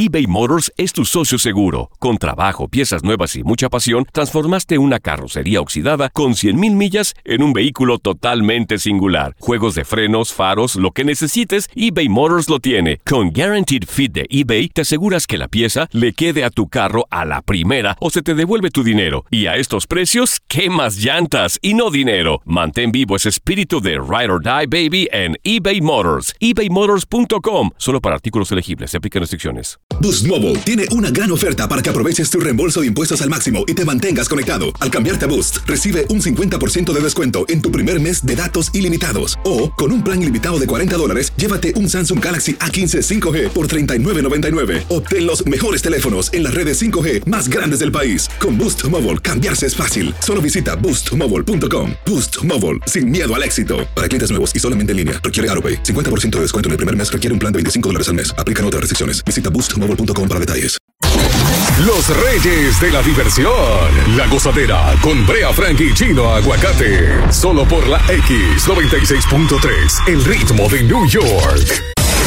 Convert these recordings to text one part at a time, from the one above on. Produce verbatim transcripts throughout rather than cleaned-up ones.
eBay Motors es tu socio seguro. Con trabajo, piezas nuevas y mucha pasión, transformaste una carrocería oxidada con cien mil millas en un vehículo totalmente singular. Juegos de frenos, faros, lo que necesites, eBay Motors lo tiene. Con Guaranteed Fit de eBay, te aseguras que la pieza le quede a tu carro a la primera o se te devuelve tu dinero. Y a estos precios, ¿qué más llantas y no dinero? Mantén vivo ese espíritu de Ride or Die, baby, en eBay Motors. ebay motors punto com. Solo para artículos elegibles. Se aplican restricciones. Boost Mobile tiene una gran oferta para que aproveches tu reembolso de impuestos al máximo y te mantengas conectado. Al cambiarte a Boost, recibe un cincuenta por ciento de descuento en tu primer mes de datos ilimitados. O, con un plan ilimitado de cuarenta dólares, llévate un Samsung Galaxy A quince cinco G por treinta y nueve noventa y nueve. Obtén los mejores teléfonos en las redes cinco G más grandes del país. Con Boost Mobile, cambiarse es fácil. Solo visita boost mobile punto com. Boost Mobile, sin miedo al éxito. Para clientes nuevos y solamente en línea, requiere AutoPay. cincuenta por ciento de descuento en el primer mes requiere un plan de veinticinco dólares al mes. Aplican otras restricciones. Visita boost mobile punto com para detalles. Los reyes de la diversión. La gozadera con Brea Frank y Chino Aguacate. Solo por la X noventa y seis punto tres. El ritmo de New York.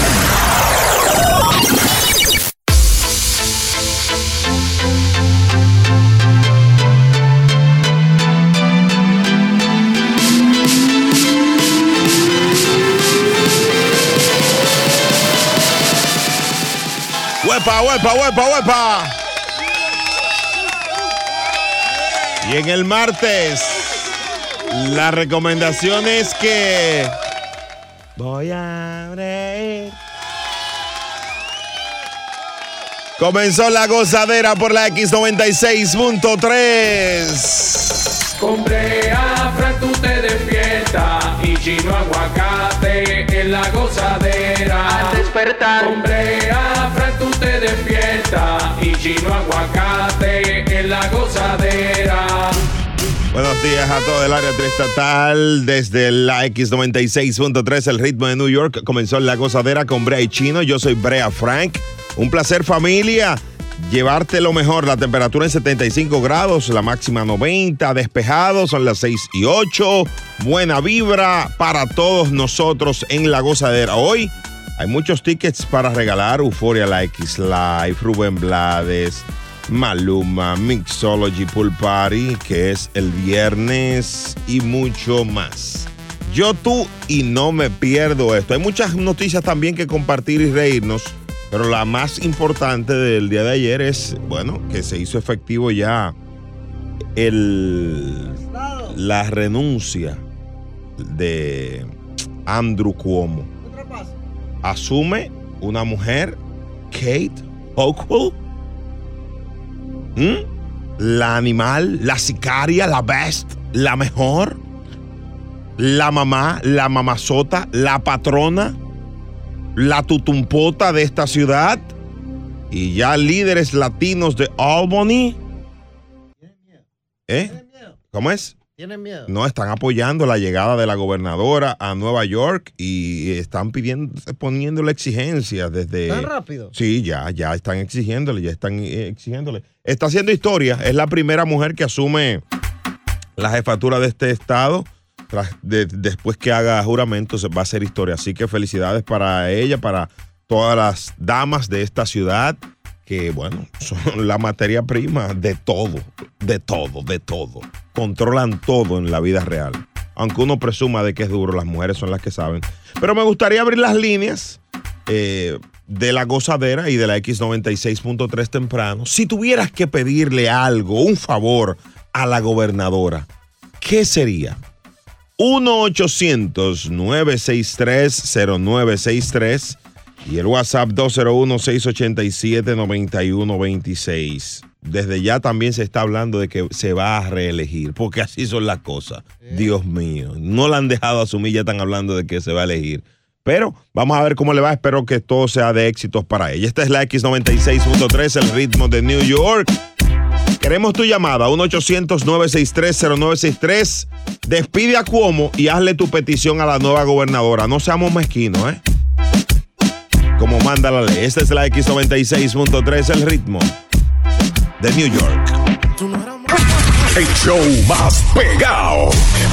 ¡Huepa, huepa, huepa, huepa! Y en el martes, la recomendación es que voy a abrir. Comenzó la gozadera por la X noventa y seis punto tres. Con Brea Frank tú te despiertas y Chino Aguacate en la gozadera. Al despertar. Con Brea Frank tú te despiertas y Chino Aguacate en la gozadera. Buenos días a todo el área triestatal desde la X noventa y seis punto tres, el ritmo de New York. Comenzó la gozadera con Brea y Chino. Yo soy Brea Frank. Un placer, familia. Llevarte lo mejor. La temperatura en setenta y cinco grados, la máxima noventa, despejado, son las seis y ocho. Buena vibra para todos nosotros en la gozadera. Hoy hay muchos tickets para regalar. Euphoria La X Live, Rubén Blades, Maluma, Mixology Pool Party, que es el viernes, y mucho más. Yo, tú y no me pierdo esto. Hay muchas noticias también que compartir y reírnos. Pero la más importante del día de ayer es, bueno, que se hizo efectivo ya el, la renuncia de Andrew Cuomo. Asume una mujer, Kate Hochul, ¿Mm? la animal, la sicaria, la best, la mejor, la mamá, la mamazota, la patrona, la tutumpota de esta ciudad, y ya líderes latinos de Albany. ¿Tienen miedo? ¿Eh? ¿Tienen miedo? ¿Cómo es? ¿Tienen miedo? No, están apoyando la llegada de la gobernadora a Nueva York y están pidiendo, poniéndole exigencias desde... ¿Tan rápido? Sí, ya, ya están exigiéndole, ya están eh, exigiéndole. Está haciendo historia, es la primera mujer que asume la jefatura de este estado. Tras, de, después que haga juramento se va a hacer historia, así que felicidades para ella, para todas las damas de esta ciudad que, bueno, son la materia prima de todo, de todo, de todo, controlan todo en la vida real, aunque uno presuma de que es duro, las mujeres son las que saben. Pero me gustaría abrir las líneas eh, de la gozadera y de la X noventa y seis punto tres temprano. Si tuvieras que pedirle algo, un favor a la gobernadora, ¿qué sería? uno ochocientos, nueve seis tres, cero nueve seis tres y el WhatsApp dos cero uno, seis ocho siete, nueve uno dos seis. Desde ya también se está hablando de que se va a reelegir, porque así son las cosas. ¿Eh? Dios mío, no la han dejado asumir, ya están hablando de que se va a elegir. Pero vamos a ver cómo le va, espero que todo sea de éxitos para ella. Esta es la X noventa y seis punto tres, el ritmo de New York. Queremos tu llamada, uno ochocientos, nueve seis tres, cero nueve seis tres. Despide a Cuomo y hazle tu petición a la nueva gobernadora. No seamos mezquinos, ¿eh? Como manda la ley. Esta es la X noventa y seis punto tres, el ritmo de New York. El show más pegado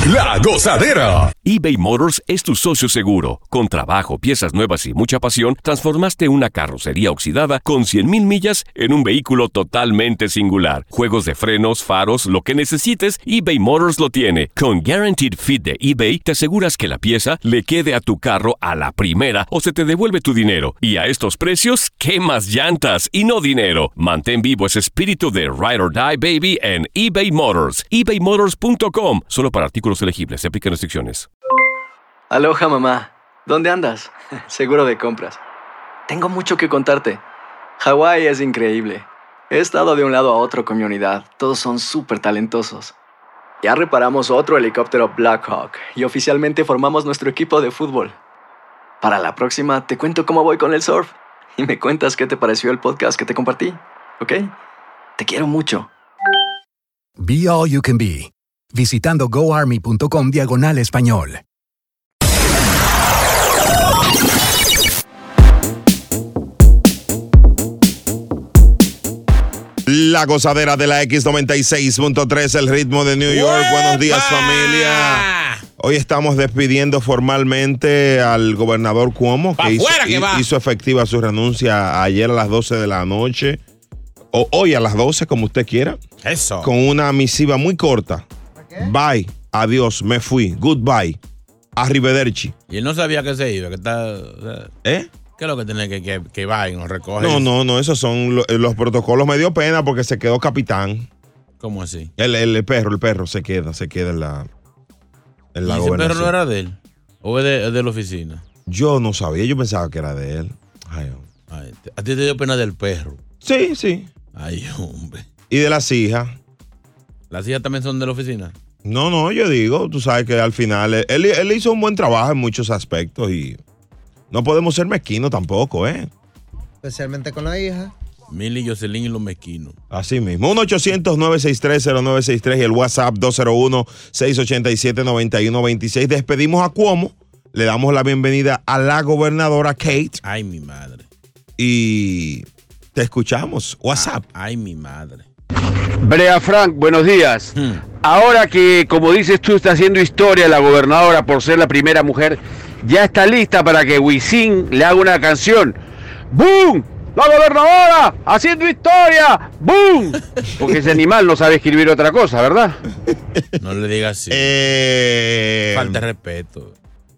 La Gozadera. eBay Motors es tu socio seguro. Con trabajo, piezas nuevas y mucha pasión, transformaste una carrocería oxidada con cien mil millas en un vehículo totalmente singular. Juegos de frenos, faros, lo que necesites, eBay Motors lo tiene. Con Guaranteed Fit de eBay, te aseguras que la pieza le quede a tu carro a la primera o se te devuelve tu dinero. Y a estos precios, ¿qué más llantas y no dinero? Mantén vivo ese espíritu de Ride or Die, baby, en eBay Motors. ebay motors punto com. Solo para artículos elegibles. Se aplican restricciones. Aloha, mamá. ¿Dónde andas? Seguro de compras. Tengo mucho que contarte. Hawái es increíble. He estado de un lado a otro con mi unidad. Todos son súper talentosos. Ya reparamos otro helicóptero Blackhawk y oficialmente formamos nuestro equipo de fútbol. Para la próxima te cuento cómo voy con el surf y me cuentas qué te pareció el podcast que te compartí, ¿ok? Te quiero mucho. Be All You Can Be, visitando goarmy.com diagonal español. La Gozadera de la X noventa y seis punto tres, el ritmo de New York. Buenos días, familia. Hoy estamos despidiendo formalmente al gobernador Cuomo, que, hizo, que hizo efectiva su renuncia ayer a las doce de la noche, o hoy a las doce, como usted quiera. Eso. Con una misiva muy corta. Bye, adiós, me fui, goodbye, arrivederci. Y él no sabía que se iba, que está... ¿Eh? ¿Qué es lo que tiene que, que, que va y nos recoge? No, no, no, esos son lo, los protocolos. Me dio pena porque se quedó capitán. ¿Cómo así? El, el, el perro, el perro se queda, se queda en la, en la ¿Y ese perro no era de él? ¿O es de, es de la oficina? Yo no sabía, yo pensaba que era de él. Ay, Ay, ¿a ti te dio pena del perro? Sí, sí. Ay, hombre. ¿Y de las hijas? ¿Las hijas también son de la oficina? No, no, yo digo, tú sabes que al final él, él, él hizo un buen trabajo en muchos aspectos y no podemos ser mezquinos tampoco, ¿eh? Especialmente con la hija. Mili, Jocelyn y los mezquinos. Así mismo. uno ochocientos nueve seis tres cero nueve seis tres y el WhatsApp dos cero uno seis ocho siete nueve uno dos seis. Despedimos a Cuomo. Le damos la bienvenida a la gobernadora Kate. Ay, mi madre. Y te escuchamos. WhatsApp. Ay, ay mi madre. Brea Frank, buenos días. Hmm. Ahora que, como dices tú, está haciendo historia la gobernadora por ser la primera mujer, ya está lista para que Wisin le haga una canción. ¡Boom! ¡La gobernadora! ¡Haciendo historia! ¡Boom! Porque ese animal no sabe escribir otra cosa, ¿verdad? No le digas así. Eh, Falta de respeto.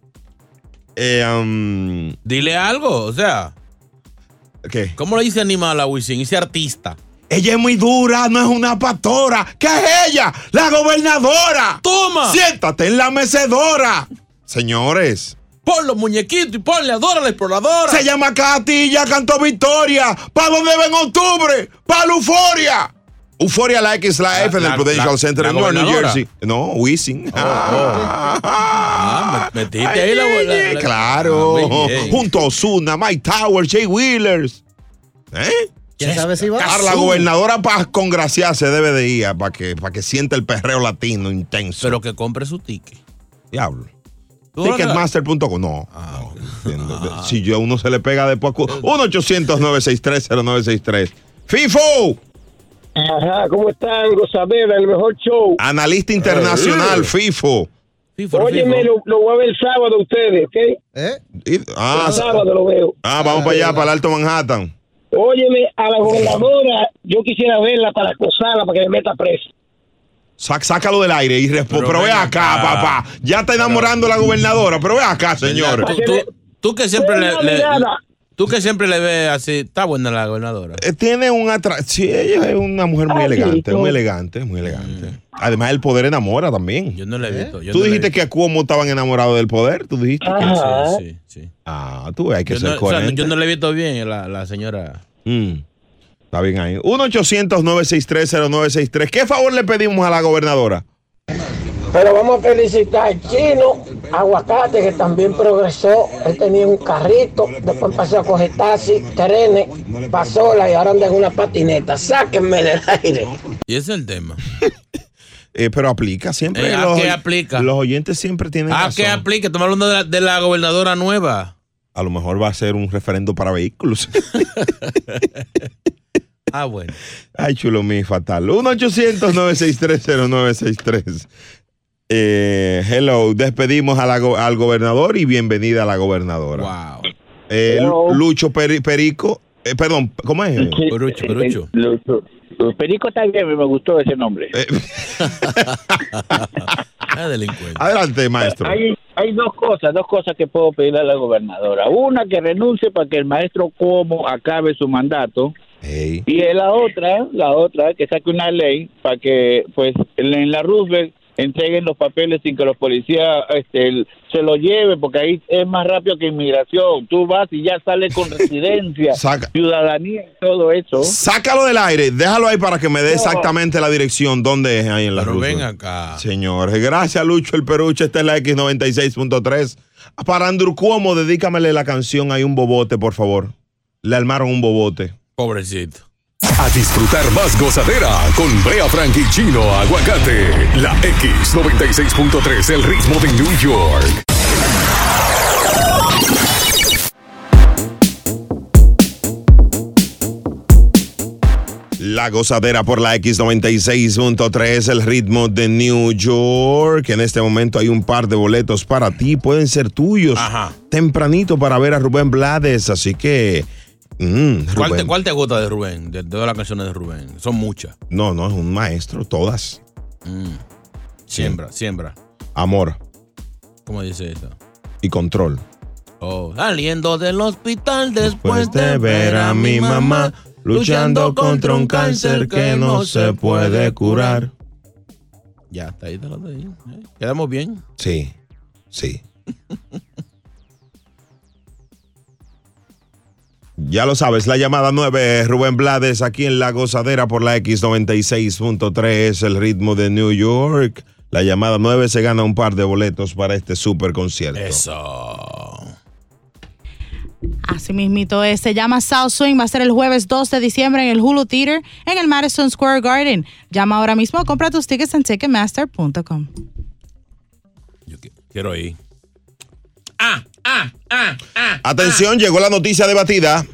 Eh, um, Dile algo, o sea. ¿Qué? ¿Cómo le dice animal a Wisin? Dice artista. Ella es muy dura, no es una pastora. ¿Qué es ella? ¡La gobernadora! ¡Toma! ¡Siéntate en la mecedora! Señores. Pon los muñequitos y ponle a Dora la exploradora. Se llama Katy, ya cantó Victoria. ¿Para dónde va en octubre? ¡Para la Euforia! Euforia la X, la F en el Prudential Center en New Jersey. No, Wisin. Oh, oh. Ah, metiste ahí la bola. Claro. Ah, junto a Ozuna, Mike Towers, Jay Wheelers. ¿Eh? ¿Quién sabe si va? A la gobernadora para congraciarse debe de ir para que, para que sienta el perreo latino intenso. Pero que compre su ticket. Diablo. Ticketmaster punto com. No. Ah, no ah. Si yo a uno se le pega después. uno ochocientos nueve seis tres cero nueve seis tres. ¡FIFO! Ajá, ¿cómo están? Gozadera, el mejor show. Analista internacional, uh. FIFO. FIFO Óyeme, lo, lo voy a ver el sábado ustedes, ¿ok? ¿Eh? Y, ah, el sábado lo veo. Ah, vamos ah, para allá, para el Alto Manhattan. Óyeme, a la gobernadora, yo quisiera verla para acosarla, para que me meta presa. Sácalo del aire y responde. Pero, pero ve acá, acá, papá. Ya está enamorando a la gobernadora, pero ve acá, señor. Tú, tú, tú que siempre le, le, le, tú que siempre le ves así, está buena la gobernadora. Eh, tiene un atra... Sí, ella es una mujer muy ah, elegante, sí, muy elegante, muy elegante. Mm. Además, el poder enamora también. Yo no le he visto. Yo tú no dijiste visto. que a Cuomo estaban enamorados del poder, tú dijiste. Ajá. Que... Sí, sí, sí. Ah, tú hay que yo ser no, coherente. O sea, yo no le he visto bien la, la señora. Mm. Está bien ahí. uno ochocientos nueve seis tres cero nueve seis tres. ¿Qué favor le pedimos a la gobernadora? Pero vamos a felicitar al Chino Aguacate, que también progresó. Él tenía un carrito, después empezó a coger taxi, trenes, pasola y ahora anda en una patineta. Sáquenme del aire. Y ese es el tema. eh, pero aplica siempre. Eh, ¿A los, qué aplica? Los oyentes siempre tienen ¿A razón. qué aplica? Estamos hablando de la, de la gobernadora nueva. A lo mejor va a ser un referendo para vehículos. Ah, bueno. Ay, chulo, mi fatal. uno ochocientos nueve seis tres cero nueve seis tres. Eh, hello, despedimos a la go- al gobernador y bienvenida a la gobernadora. Wow. Eh, Hello. Lucho Peri- Perico, eh, perdón, ¿cómo es? Perucho, Perucho. Lucho. Perico está bien, me gustó ese nombre. Eh, Es delincuente. adelante, maestro. Hay, hay dos cosas, dos cosas que puedo pedirle a la gobernadora. Una, que renuncie para que el maestro Cuomo acabe su mandato. Hey. Y la otra, la otra, que saque una ley para que, pues, en la Roosevelt entreguen los papeles sin que los policías este, se lo lleven, porque ahí es más rápido que inmigración. Tú vas y ya sales con residencia, Saca- ciudadanía y todo eso. Sácalo del aire, déjalo ahí para que me dé exactamente la dirección donde es ahí en la Pero ruta. ven acá. Señores, gracias Lucho el Peruche, esta es la X noventa y seis punto tres. Para Andrew Cuomo, dedícamele la canción, hay un bobote, por favor. Le armaron un bobote. Pobrecito. A disfrutar más gozadera con Brea Frank y Chino Aguacate. La X noventa y seis punto tres, el ritmo de New York. La gozadera por la X noventa y seis punto tres, el ritmo de New York. En este momento hay un par de boletos para ti, pueden ser tuyos. Ajá. Tempranito para ver a Rubén Blades, así que... mm, ¿Cuál te, Rubén. ¿Cuál te gusta de Rubén? De, de todas las canciones de Rubén. Son muchas. No, no, es un maestro, todas. Mm. Siembra, siembra. Amor ¿Cómo dice eso? y control. Oh, saliendo del hospital después Después de ver a mi mamá luchando contra un cáncer que no se puede curar. Ya, está ahí, te lo doy. ¿Eh? Quedamos bien. Sí, sí. Ya lo sabes, la llamada nueve, Rubén Blades, aquí en La Gozadera por la X noventa y seis punto tres, el ritmo de New York. La llamada nueve se gana un par de boletos para este super concierto. Eso. Así mismito es. Se llama South Swing. Va a ser el jueves dos de diciembre en el Hulu Theater en el Madison Square Garden. Llama ahora mismo, compra tus tickets en ticketmaster punto com. Yo qu- quiero ir. Ah, ah, ah, ah. Atención, llegó la noticia debatida.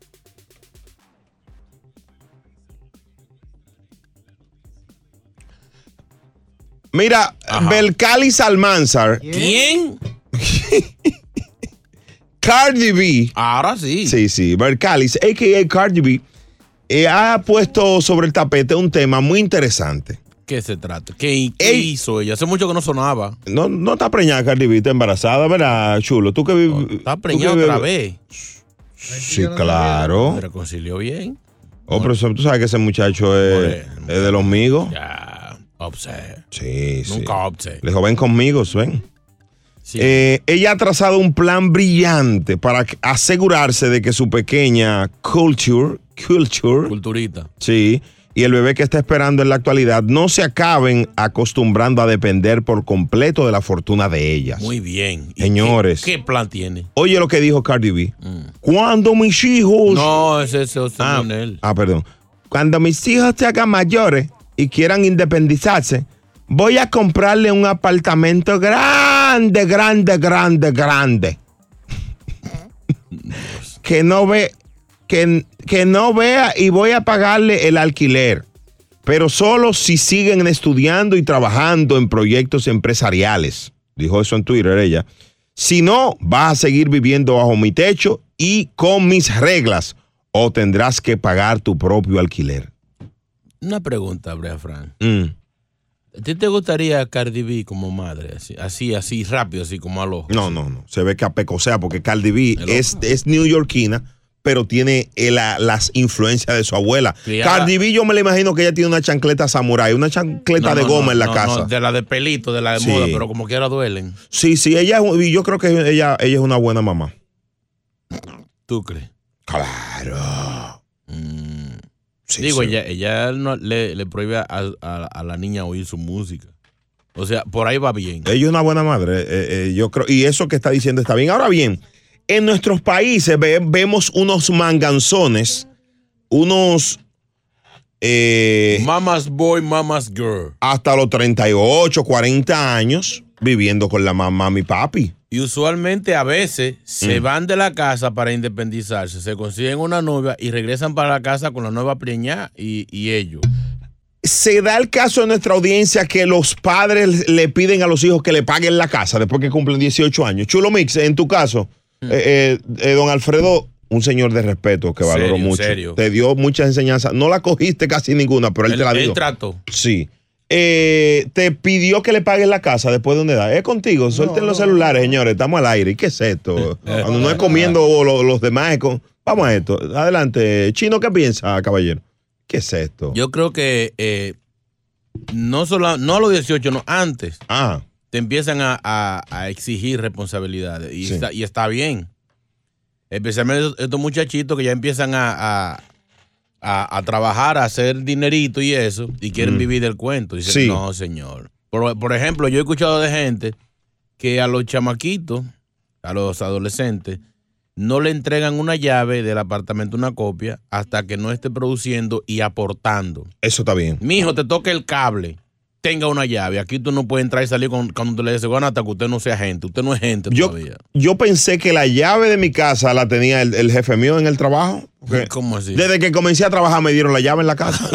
Mira, Belcalis Almanzar. ¿Quién? Cardi B. Ahora sí. Sí, sí. Belcalis, a k a. Cardi B, eh, ha puesto sobre el tapete un tema muy interesante. ¿Qué se trata? ¿Qué, qué Ey. hizo ella? Hace mucho que no sonaba. No, no está preñada Cardi B, está embarazada, ¿verdad, chulo? Tú que vives. Está preñada otra vez. Sí, claro. Se reconcilió bien. Oh, pero eso- tú sabes que ese muchacho es, es de los míos. Ya, upset. Sí, sí. Nunca upset. Le dijo, ven conmigo, ven. Sí. Eh, ella ha trazado un plan brillante para que- asegurarse de que su pequeña culture, culture, Culturita. sí, y el bebé que está esperando en la actualidad no se acaben acostumbrando a depender por completo de la fortuna de ellas. Muy bien. ¿Y Señores. ¿Qué, qué plan tiene? Oye lo que dijo Cardi B. Cuando mis hijos... No, ese es ese Ah, él. ah, perdón. Cuando mis hijos se hagan mayores y quieran independizarse, voy a comprarle un apartamento grande, grande, grande, grande. que no ve, que, que no vea y voy a pagarle el alquiler. Pero solo si siguen estudiando y trabajando en proyectos empresariales. Dijo eso en Twitter ella. Si no, vas a seguir viviendo bajo mi techo y con mis reglas, o tendrás que pagar tu propio alquiler. Una pregunta, Brea Frank. Mm. ¿A ti te gustaría Cardi B como madre? Así, así, así rápido, así como al ojo. No, no, no. Se ve que apecosea porque Cardi B El es, es neoyorquina, pero tiene el- la- las influencias de su abuela. Criada- Cardi B, yo me la imagino que ella tiene una chancleta samurái, una chancleta No, de no, goma no, en la no, casa. no, de la de pelito, de la de Sí. moda, pero como quiera duelen. Sí, sí, ella, es- y yo creo que ella, ella es una buena mamá. ¿Tú crees? Claro. Sí, Digo, sí. ella, ella no, le, le prohíbe a, a- a la niña oír su música. O sea, por ahí va bien. Ella es una buena madre, eh, eh, yo creo, y eso que está diciendo está bien. Ahora bien, en nuestros países ve- vemos unos manganzones, unos eh, Mama's boy, mama's girl. hasta los treinta y ocho, cuarenta años viviendo con la mamá y papi. Y usualmente a veces se Mm. van de la casa para independizarse, se consiguen una novia y regresan para la casa con la nueva preñada y, y ellos. Se da el caso en nuestra audiencia que los padres le piden a los hijos que le paguen la casa después que cumplen dieciocho años. Chulo Mix, en tu caso, mm. eh, eh, eh, don Alfredo, un señor de respeto que valoro serio, mucho. Serio. Te dio muchas enseñanzas. No la cogiste casi ninguna, pero él, él te la dio. Él trató. Sí. Eh, te pidió que le paguen la casa después de una edad. Es contigo. Suelten no, los celulares, no. señores. Estamos al aire. ¿Y qué es esto? Cuando no es comiendo los, los demás. Es con... Vamos a esto. Adelante. Chino, ¿qué piensa, caballero? ¿Qué es esto? Yo creo que eh, no solo no a los dieciocho, no, antes. Ah. Te empiezan a, a, a exigir responsabilidades. Y, sí. está, y está bien. Especialmente estos muchachitos que ya empiezan a, a, a, a trabajar, a hacer dinerito y eso, y quieren mm. vivir del cuento. Dicen, sí. no, señor. Por, por ejemplo, yo he escuchado de gente que a los chamaquitos, a los adolescentes, no le entregan una llave del apartamento, una copia, hasta que no esté produciendo y aportando. Eso está bien. Mijo, te toca el cable. Tenga una llave. Aquí tú no puedes entrar y salir con, cuando te le dices, bueno, hasta que usted no sea gente. Usted no es gente yo, todavía. Yo pensé que la llave de mi casa la tenía el, el jefe mío en el trabajo. ¿Cómo así? Desde que comencé a trabajar me dieron la llave en la casa.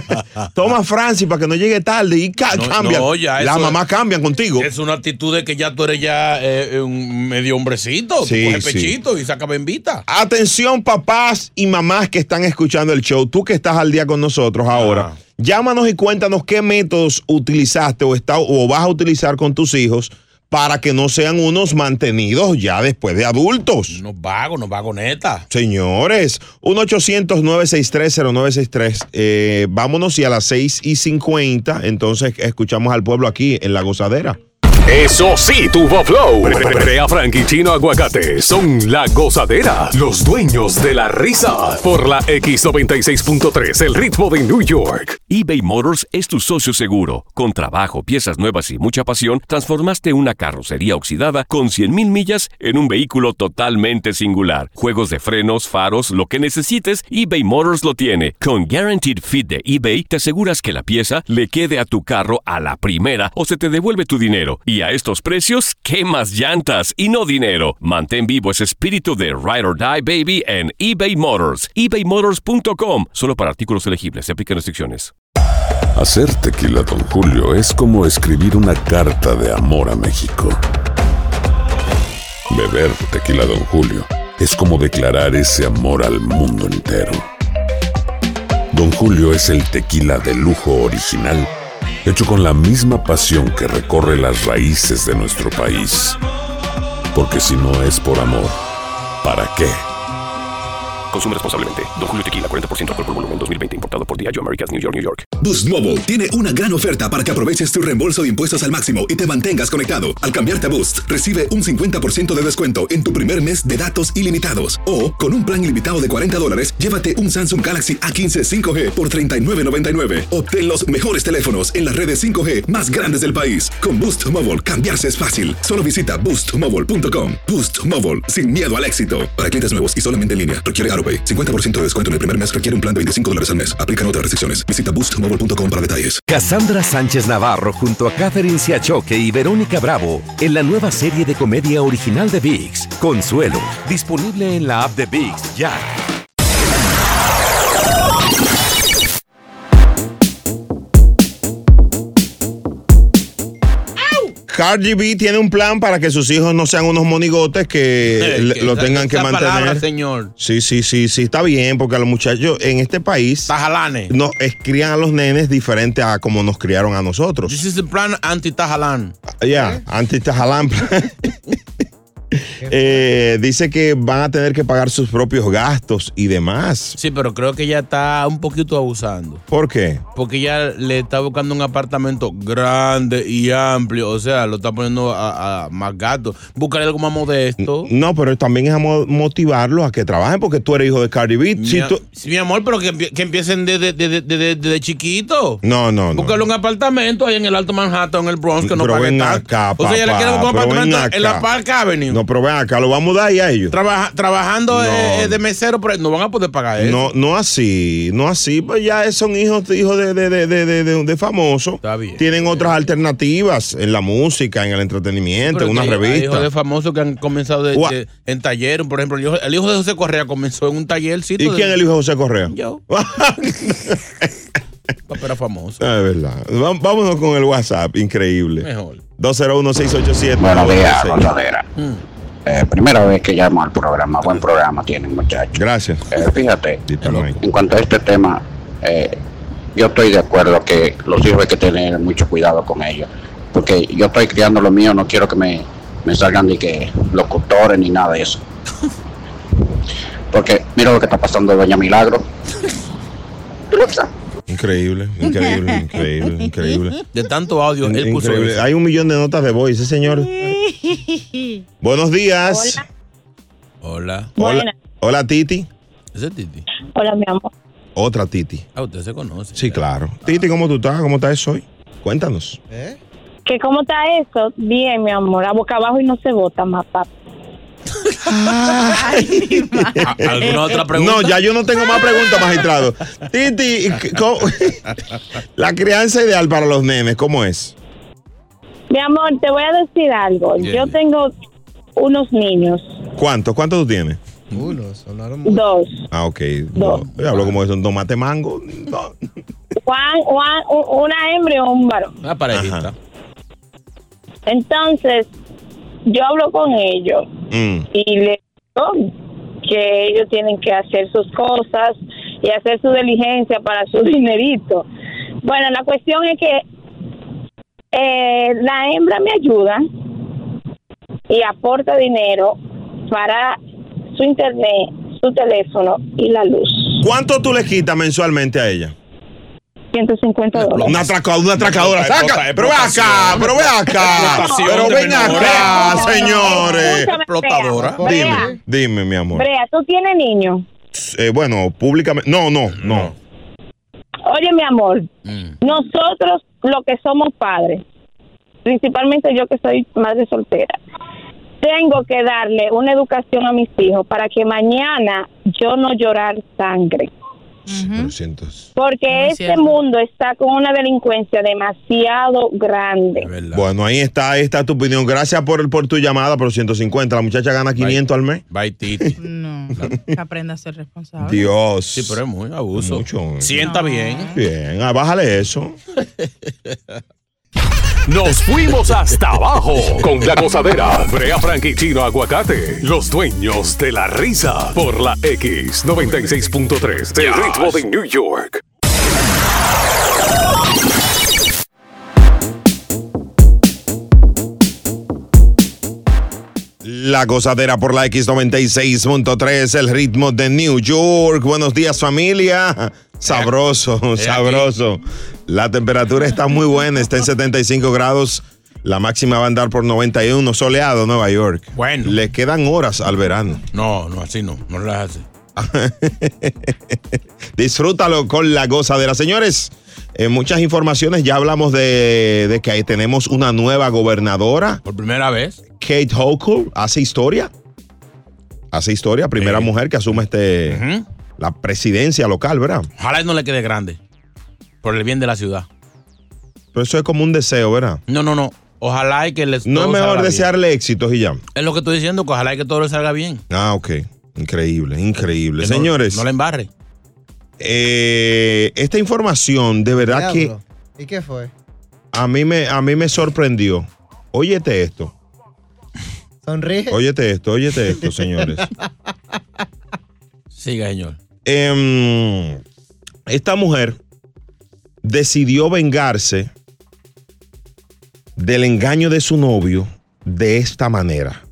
Toma, Francis, para que no llegue tarde. Y ca no, cambian. No, ya Las mamás cambian contigo. Es una actitud de que ya tú eres ya eh, un medio hombrecito. Sí, tú coges sí. pechito y saca bembita. Atención, papás y mamás que están escuchando el show. Tú que estás al día con nosotros ahora. Ah. Llámanos y cuéntanos qué métodos utilizaste o, está, o vas a utilizar con tus hijos para que no sean unos mantenidos ya después de adultos. Unos vagos, unos vagonetas. Señores, uno ochocientos, nueve seis tres, cero nueve seis tres. Eh, vámonos y a las seis y cincuenta, entonces escuchamos al pueblo aquí en La Gozadera. Eso sí, tuvo flow. Brea Frank y Chino Aguacate son La Gozadera, los dueños de la risa. Por la X noventa y seis punto tres, el ritmo de New York. eBay Motors es tu socio seguro. Con trabajo, piezas nuevas y mucha pasión, transformaste una carrocería oxidada con cien mil millas en un vehículo totalmente singular. Juegos de frenos, faros, lo que necesites, eBay Motors lo tiene. Con Guaranteed Fit de eBay, te aseguras que la pieza le quede a tu carro a la primera o se te devuelve tu dinero. Y a estos precios, ¿qué más llantas y no dinero? Mantén vivo ese espíritu de Ride or Die, baby, en eBay Motors. ebay motors punto com. Solo para artículos elegibles. Se aplican restricciones. Hacer tequila Don Julio es como escribir una carta de amor a México. Beber tequila Don Julio es como declarar ese amor al mundo entero. Don Julio es el tequila de lujo original, hecho con la misma pasión que recorre las raíces de nuestro país. Porque si no es por amor, ¿para qué? Consume responsablemente. Don Julio Tequila, cuarenta por ciento alcohol por volumen, dos mil veinte, importado por Diageo Americas, New York, New York. Boost Mobile tiene una gran oferta para que aproveches tu reembolso de impuestos al máximo y te mantengas conectado. Al cambiarte a Boost, recibe un cincuenta por ciento de descuento en tu primer mes de datos ilimitados. O, con un plan ilimitado de cuarenta dólares, llévate un Samsung Galaxy A quince cinco G por treinta y nueve noventa y nueve. Obtén los mejores teléfonos en las redes cinco G más grandes del país. Con Boost Mobile, cambiarse es fácil. Solo visita boost mobile punto com. Boost Mobile, sin miedo al éxito. Para clientes nuevos y solamente en línea, requiere AutoPay. cincuenta por ciento de descuento en el primer mes, requiere un plan de veinticinco dólares al mes. Aplican otras restricciones. Visita boost mobile punto com para detalles. Cassandra Sánchez Navarro junto a Catherine Siachoque y Verónica Bravo en la nueva serie de comedia original de ViX, Consuelo, disponible en la app de ViX ya. Cardi B tiene un plan para que sus hijos no sean unos monigotes que, eh, que lo tengan que mantener. Palabra, señor. Sí, sí, sí, sí, está bien, porque a los muchachos en este país Tajalanes. nos crían a los nenes diferente a como nos criaron a nosotros. This is the plan anti-Tajalán. Ya, yeah, ¿eh? Anti-Tajalán. Eh, dice que van a tener que pagar sus propios gastos y demás. Sí, pero creo que ya está un poquito abusando. ¿Por qué? Porque ya le está buscando un apartamento grande y amplio. O sea, lo está poniendo a, a más gastos. Búscale algo más modesto. No, pero también es a motivarlos a que trabajen, porque tú eres hijo de Cardi B. Mi, si tú... sí, mi amor, pero que, que empiecen desde de, de, de, de, de chiquito. No, no, no. Búscale un apartamento ahí en el Alto Manhattan, en el Bronx, que no pero pague tanto. Acá, o sea, ya le quieren un apartamento en la Park Avenue. No, pero ven acá, lo vamos a mudar ahí a ellos. Trabaja, trabajando no. eh, de mesero, pero no van a poder pagar eso. No, no así, no así, pues ya son hijos, hijos de, de, de, de, de, de famosos. Está bien. Tienen otras alternativas en la música, en el entretenimiento, en una revista. Hay hijos de famosos que han comenzado de, de, en taller. Por ejemplo, el hijo, el hijo de José Correa comenzó en un tallercito. ¿Y quién es el hijo de José Correa? Yo. pero famoso. Ah, es verdad. Va- Vámonos con el WhatsApp, increíble. Mejor. dos cero uno, seis ocho siete. Buenos días, gozadera. Eh, primera vez que llamo al programa. Buen programa tienen, muchachos. Gracias. Eh, fíjate, en cuanto a este tema, eh, yo estoy de acuerdo que los hijos hay que tener mucho cuidado con ellos. Porque yo estoy criando lo mío, no quiero que me, me salgan ni que locutores ni nada de eso. Porque mira lo que está pasando Doña Milagro. Increíble, increíble, increíble, increíble. De tanto audio, él puso Increíble. eso. Hay un millón de notas de voz, ese señor. Buenos días. Hola. Hola. Hola, Titi. ¿Ese es Titi? Hola, mi amor. Otra Titi. Ah, usted se conoce. Sí, claro. Titi, ¿cómo tú estás? ¿Cómo estás hoy? Cuéntanos. ¿Que cómo está eso? Bien, mi amor. A boca abajo y no se bota más, papá. ¿Alguna otra pregunta? No, ya yo no tengo más preguntas, magistrado. Titi, ¿cómo- la crianza ideal para los nenes, ¿cómo es? Mi amor, te voy a decir algo. Bien, Yo bien. tengo unos niños. ¿Cuántos? ¿Cuántos tú tienes? Uno, sonaron mucho. Dos. Ah, ok. No, yo hablo como eso, un tomate mango. No. Juan, Juan, u- una hembra y un varón. Una parejita. Entonces, yo hablo con ellos Mm. y les digo que ellos tienen que hacer sus cosas y hacer su diligencia para su dinerito. Bueno, la cuestión es que eh, la hembra me ayuda y aporta dinero para su internet, su teléfono y la luz. ¿Cuánto tú le quitas mensualmente a ella? ciento cincuenta dólares. Una atracadora, una atracadora. Explota- Saca, explota- pero ve acá, pero ve acá. Explotación Pero de ven acá, menores. señores. Escúchame, Explotadora. Brea. Dime, dime, mi amor. Brea, ¿tú tienes niños? Eh, bueno, públicamente. No, no, no. Oye, mi amor, nosotros lo que somos padres, principalmente yo que soy madre soltera, tengo que darle una educación a mis hijos para que mañana yo no llorar sangre. Porque No es este cierto. mundo está con una delincuencia demasiado grande. Bueno, ahí está, ahí está tu opinión. Gracias por, por tu llamada, por ciento cincuenta. La muchacha gana quinientos al mes. Bye, Titi. No, que aprenda a ser responsable. Dios. Sí, pero es muy abuso. Mucho. Sienta No. bien. Bien, ah, bájale eso. Nos fuimos hasta abajo con la gozadera. Brea Frank y Chino Aguacate, los dueños de la risa. Por la X noventa y seis punto tres del ritmo de New York. La gozadera por la X noventa y seis punto tres, el ritmo de New York. Buenos días, familia. Sabroso, sabroso. La temperatura está muy buena, está en setenta y cinco grados. La máxima va a andar por noventa y uno, soleado Nueva York. Bueno. Le quedan horas al verano. No, no, así no. No lo hace. Disfrútalo con la gozadera. Señores, en muchas informaciones ya hablamos de, de que ahí tenemos una nueva gobernadora. Por primera vez. Kate Hochul hace historia. Hace historia, primera Sí. mujer que asume este Ujú. la presidencia local, ¿verdad? Ojalá y no le quede grande. Por el bien de la ciudad. Pero eso es como un deseo, ¿verdad? No, no, no. Ojalá y que les No es todo mejor salga bien. desearle éxitos y ya. Es lo que estoy diciendo, que ojalá y que todo le salga bien. Ah, ok. Increíble, increíble. Que no- Señores, No, le embarre. eh, esta información de verdad Diablo. ¿Y qué fue? que a mí me, a mí me sorprendió. Óyete esto. Sonríe. Óyete esto, óyete esto, señores. Siga, señor. Em, esta mujer decidió vengarse del engaño de su novio de esta manera.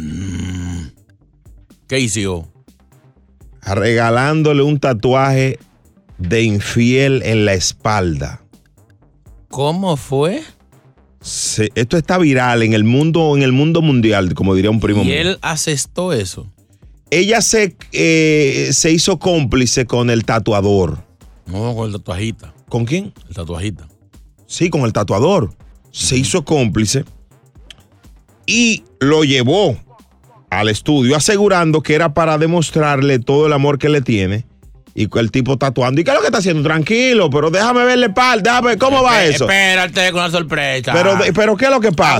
¿Qué hizo? Regalándole un tatuaje de infiel en la espalda. ¿Cómo fue? Se- esto está viral en el mundo, en el mundo mundial, como diría un primo Y mío. él asestó eso. Ella se, eh, se hizo cómplice con el tatuador. No, con el tatuajita. ¿Con quién? El tatuajita. Sí, con el tatuador. Se hizo cómplice y lo llevó al estudio asegurando que era para demostrarle todo el amor que le tiene. Y con el tipo tatuando. ¿Y qué es lo que está haciendo? Tranquilo, pero déjame verle espalda. Déjame ver cómo va Espe- eso. Espérate con la sorpresa. Pero, pero ¿qué es lo que pasa?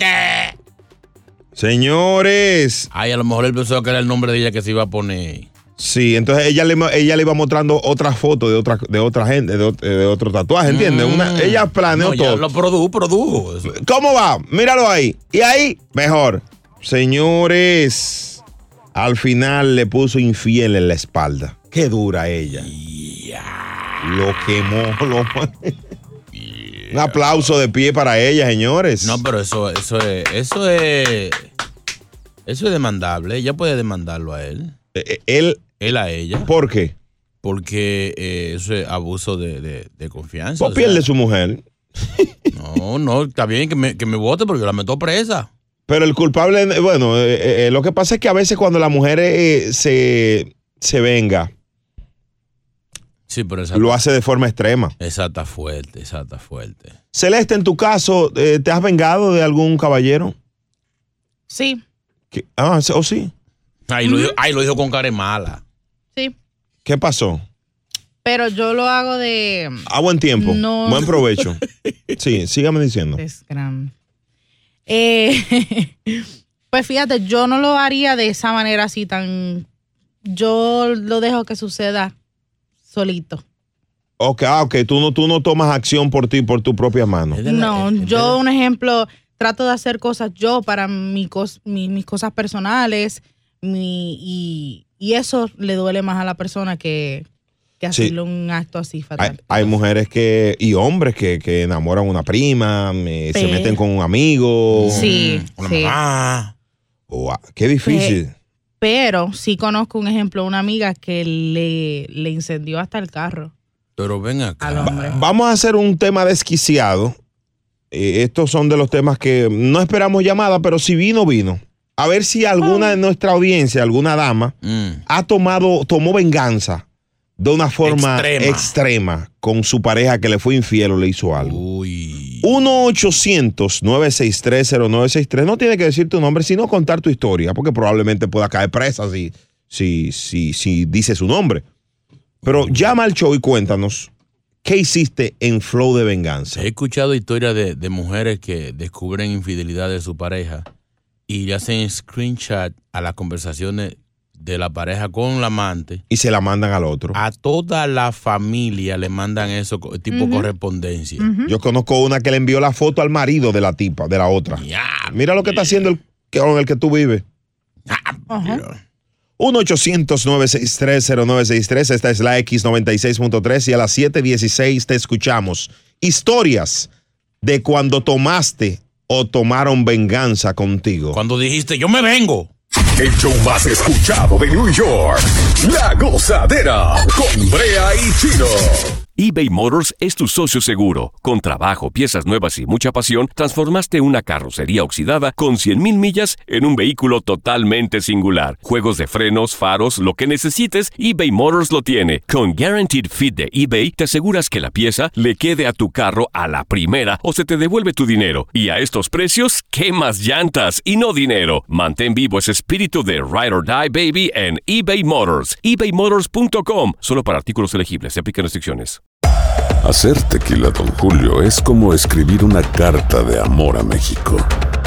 Aguántate. Señores. Ay, a lo mejor él pensó que era el nombre de ella que se iba a poner. Sí, entonces ella le, ella le iba mostrando otras fotos de otra, de otra gente, de, de otro tatuaje, ¿entiendes? Mm. Una, ella planeó No, ya todo. lo produjo, produjo. ¿Cómo va? Míralo ahí. Y ahí, mejor. Señores, al final le puso infiel en la espalda. Qué dura ella. Yeah. Lo quemó. Lo... Yeah. Un aplauso de pie para ella, señores. No, pero eso, eso es, eso es, eso es demandable. Ella puede demandarlo a él. Eh, él, él a ella. ¿Por qué? Porque eh, eso es abuso de, de, de confianza. Pues pierde su mujer. No, no, está bien que me, que me vote porque yo la meto presa. Pero el culpable, bueno, eh, eh, lo que pasa es que a veces cuando la mujer eh, se, se venga, sí, pero esa lo hace de forma extrema. Esa está fuerte, esa está fuerte. Celeste, en tu caso, eh, ¿te has vengado de algún caballero? Sí. ¿Qué? Ah, ¿o sí? Ahí, lo dijo, ahí lo dijo con cara mala. Sí. ¿Qué pasó? Pero yo lo hago de... A buen tiempo. No. Buen provecho. Sí, sígame diciendo. Es gran. Eh, pues fíjate, yo no lo haría de esa manera así tan... Yo lo dejo que suceda solito. Ok, ah, ok. Tú no, tú no tomas acción por ti, por tu propia mano. No, yo, un ejemplo, trato de hacer cosas yo para mi cos, mi, mis cosas personales mi, y, y eso le duele más a la persona que, que hacerle sí. un acto así fatal. Hay, hay mujeres que y hombres que, que enamoran a una prima, me, se meten con un amigo. Sí, una sí. mamá. Oh, qué difícil. Pe- pero sí conozco un ejemplo, una amiga que le, le incendió hasta el carro. Pero ven acá. Al hombre. Va, vamos a hacer un tema desquiciado. Eh, estos son de los temas que no esperamos llamada, pero si vino, vino. A ver si alguna de nuestra audiencia, alguna dama, mm. ha tomado, tomó venganza de una forma extrema. extrema con su pareja que le fue infiel o le hizo algo. Uy. uno ochocientos, nueve seis tres, cero nueve seis tres. No tiene que decir tu nombre, sino contar tu historia, porque probablemente pueda caer presa si, si, si, si dice su nombre. Pero llama al show y cuéntanos, ¿qué hiciste en Flow de Venganza? He escuchado historias de, de mujeres que descubren infidelidad de su pareja y le hacen screenshot a las conversaciones de la pareja con la amante. Y se la mandan al otro. A toda la familia le mandan eso, tipo uh-huh. correspondencia. Uh-huh. Yo conozco una que le envió la foto al marido de la tipa, de la otra. Yeah, Mira lo que está haciendo el con el que tú vives. Uh-huh. uno ochocientos, nueve seis tres, cero nueve seis tres. Esta es la X noventa y seis punto tres y a las siete dieciséis te escuchamos. Historias de cuando tomaste o tomaron venganza contigo. Cuando dijiste, yo me vengo. El show más escuchado de New York. La Gozadera con Brea y Chino. eBay Motors es tu socio seguro. Con trabajo, piezas nuevas y mucha pasión, transformaste una carrocería oxidada con cien mil millas en un vehículo totalmente singular. Juegos de frenos, faros, lo que necesites, eBay Motors lo tiene. Con Guaranteed Fit de eBay, te aseguras que la pieza le quede a tu carro a la primera o se te devuelve tu dinero. Y a estos precios, ¿qué más llantas y no dinero? Mantén vivo ese espíritu de Ride or Die, baby, en eBay Motors. ebay motors punto com. Solo para artículos elegibles. Se aplican restricciones. Hacer tequila Don Julio es como escribir una carta de amor a México.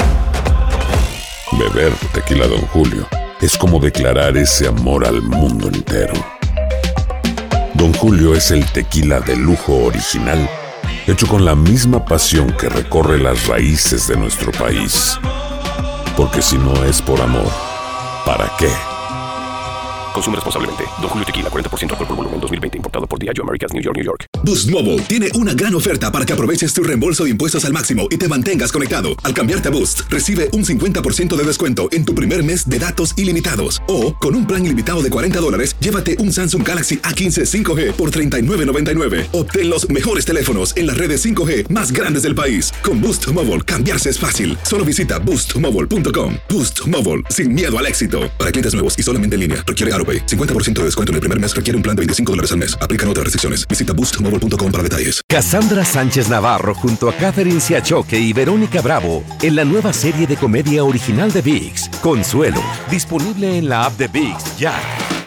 Beber tequila Don Julio es como declarar ese amor al mundo entero. Don Julio es el tequila de lujo original, hecho con la misma pasión que recorre las raíces de nuestro país. Porque si no es por amor, ¿para qué? Consume responsablemente. Don Julio Tequila, cuarenta por ciento alcohol por volumen, dos mil veinte. Importado por Diageo Americas, New York, New York. Boost Mobile tiene una gran oferta para que aproveches tu reembolso de impuestos al máximo y te mantengas conectado. Al cambiarte a Boost, recibe un cincuenta por ciento de descuento en tu primer mes de datos ilimitados. O, con un plan ilimitado de cuarenta dólares, llévate un Samsung Galaxy A quince cinco G por treinta y nueve noventa y nueve. Obtén los mejores teléfonos en las redes cinco G más grandes del país. Con Boost Mobile, cambiarse es fácil. Solo visita boost mobile punto com. Boost Mobile, sin miedo al éxito. Para clientes nuevos y solamente en línea, requiere AutoPay. cincuenta por ciento de descuento en el primer mes requiere un plan de veinticinco dólares al mes. Aplican otras restricciones. Visita boost mobile punto com para detalles. Cassandra Sánchez Navarro junto a Catherine Siachoque y Verónica Bravo en la nueva serie de comedia original de ViX, Consuelo, disponible en la app de ViX ya.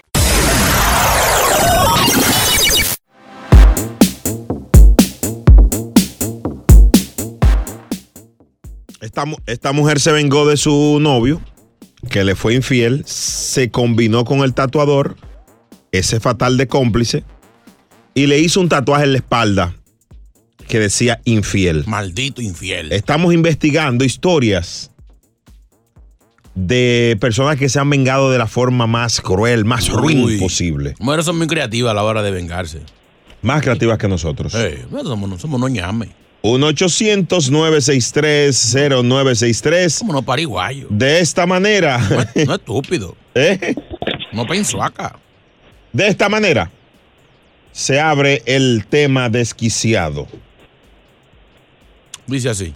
Esta, esta mujer se vengó de su novio, que le fue infiel, se combinó con el tatuador ese fatal de cómplice, y le hizo un tatuaje en la espalda que decía infiel. Maldito infiel. Estamos investigando historias de personas que se han vengado de la forma más cruel, más ruin Uy. posible. Las mujeres son muy creativas a la hora de vengarse. Más creativas que nosotros. Eh, no somos, somos no ñame. uno ochocientos nueve seis tres cero nueve seis tres. Somos no pariguayos. De esta manera. No, es- no estúpido. ¿Eh? No pensó acá. De esta manera se abre el tema desquiciado. Dice así.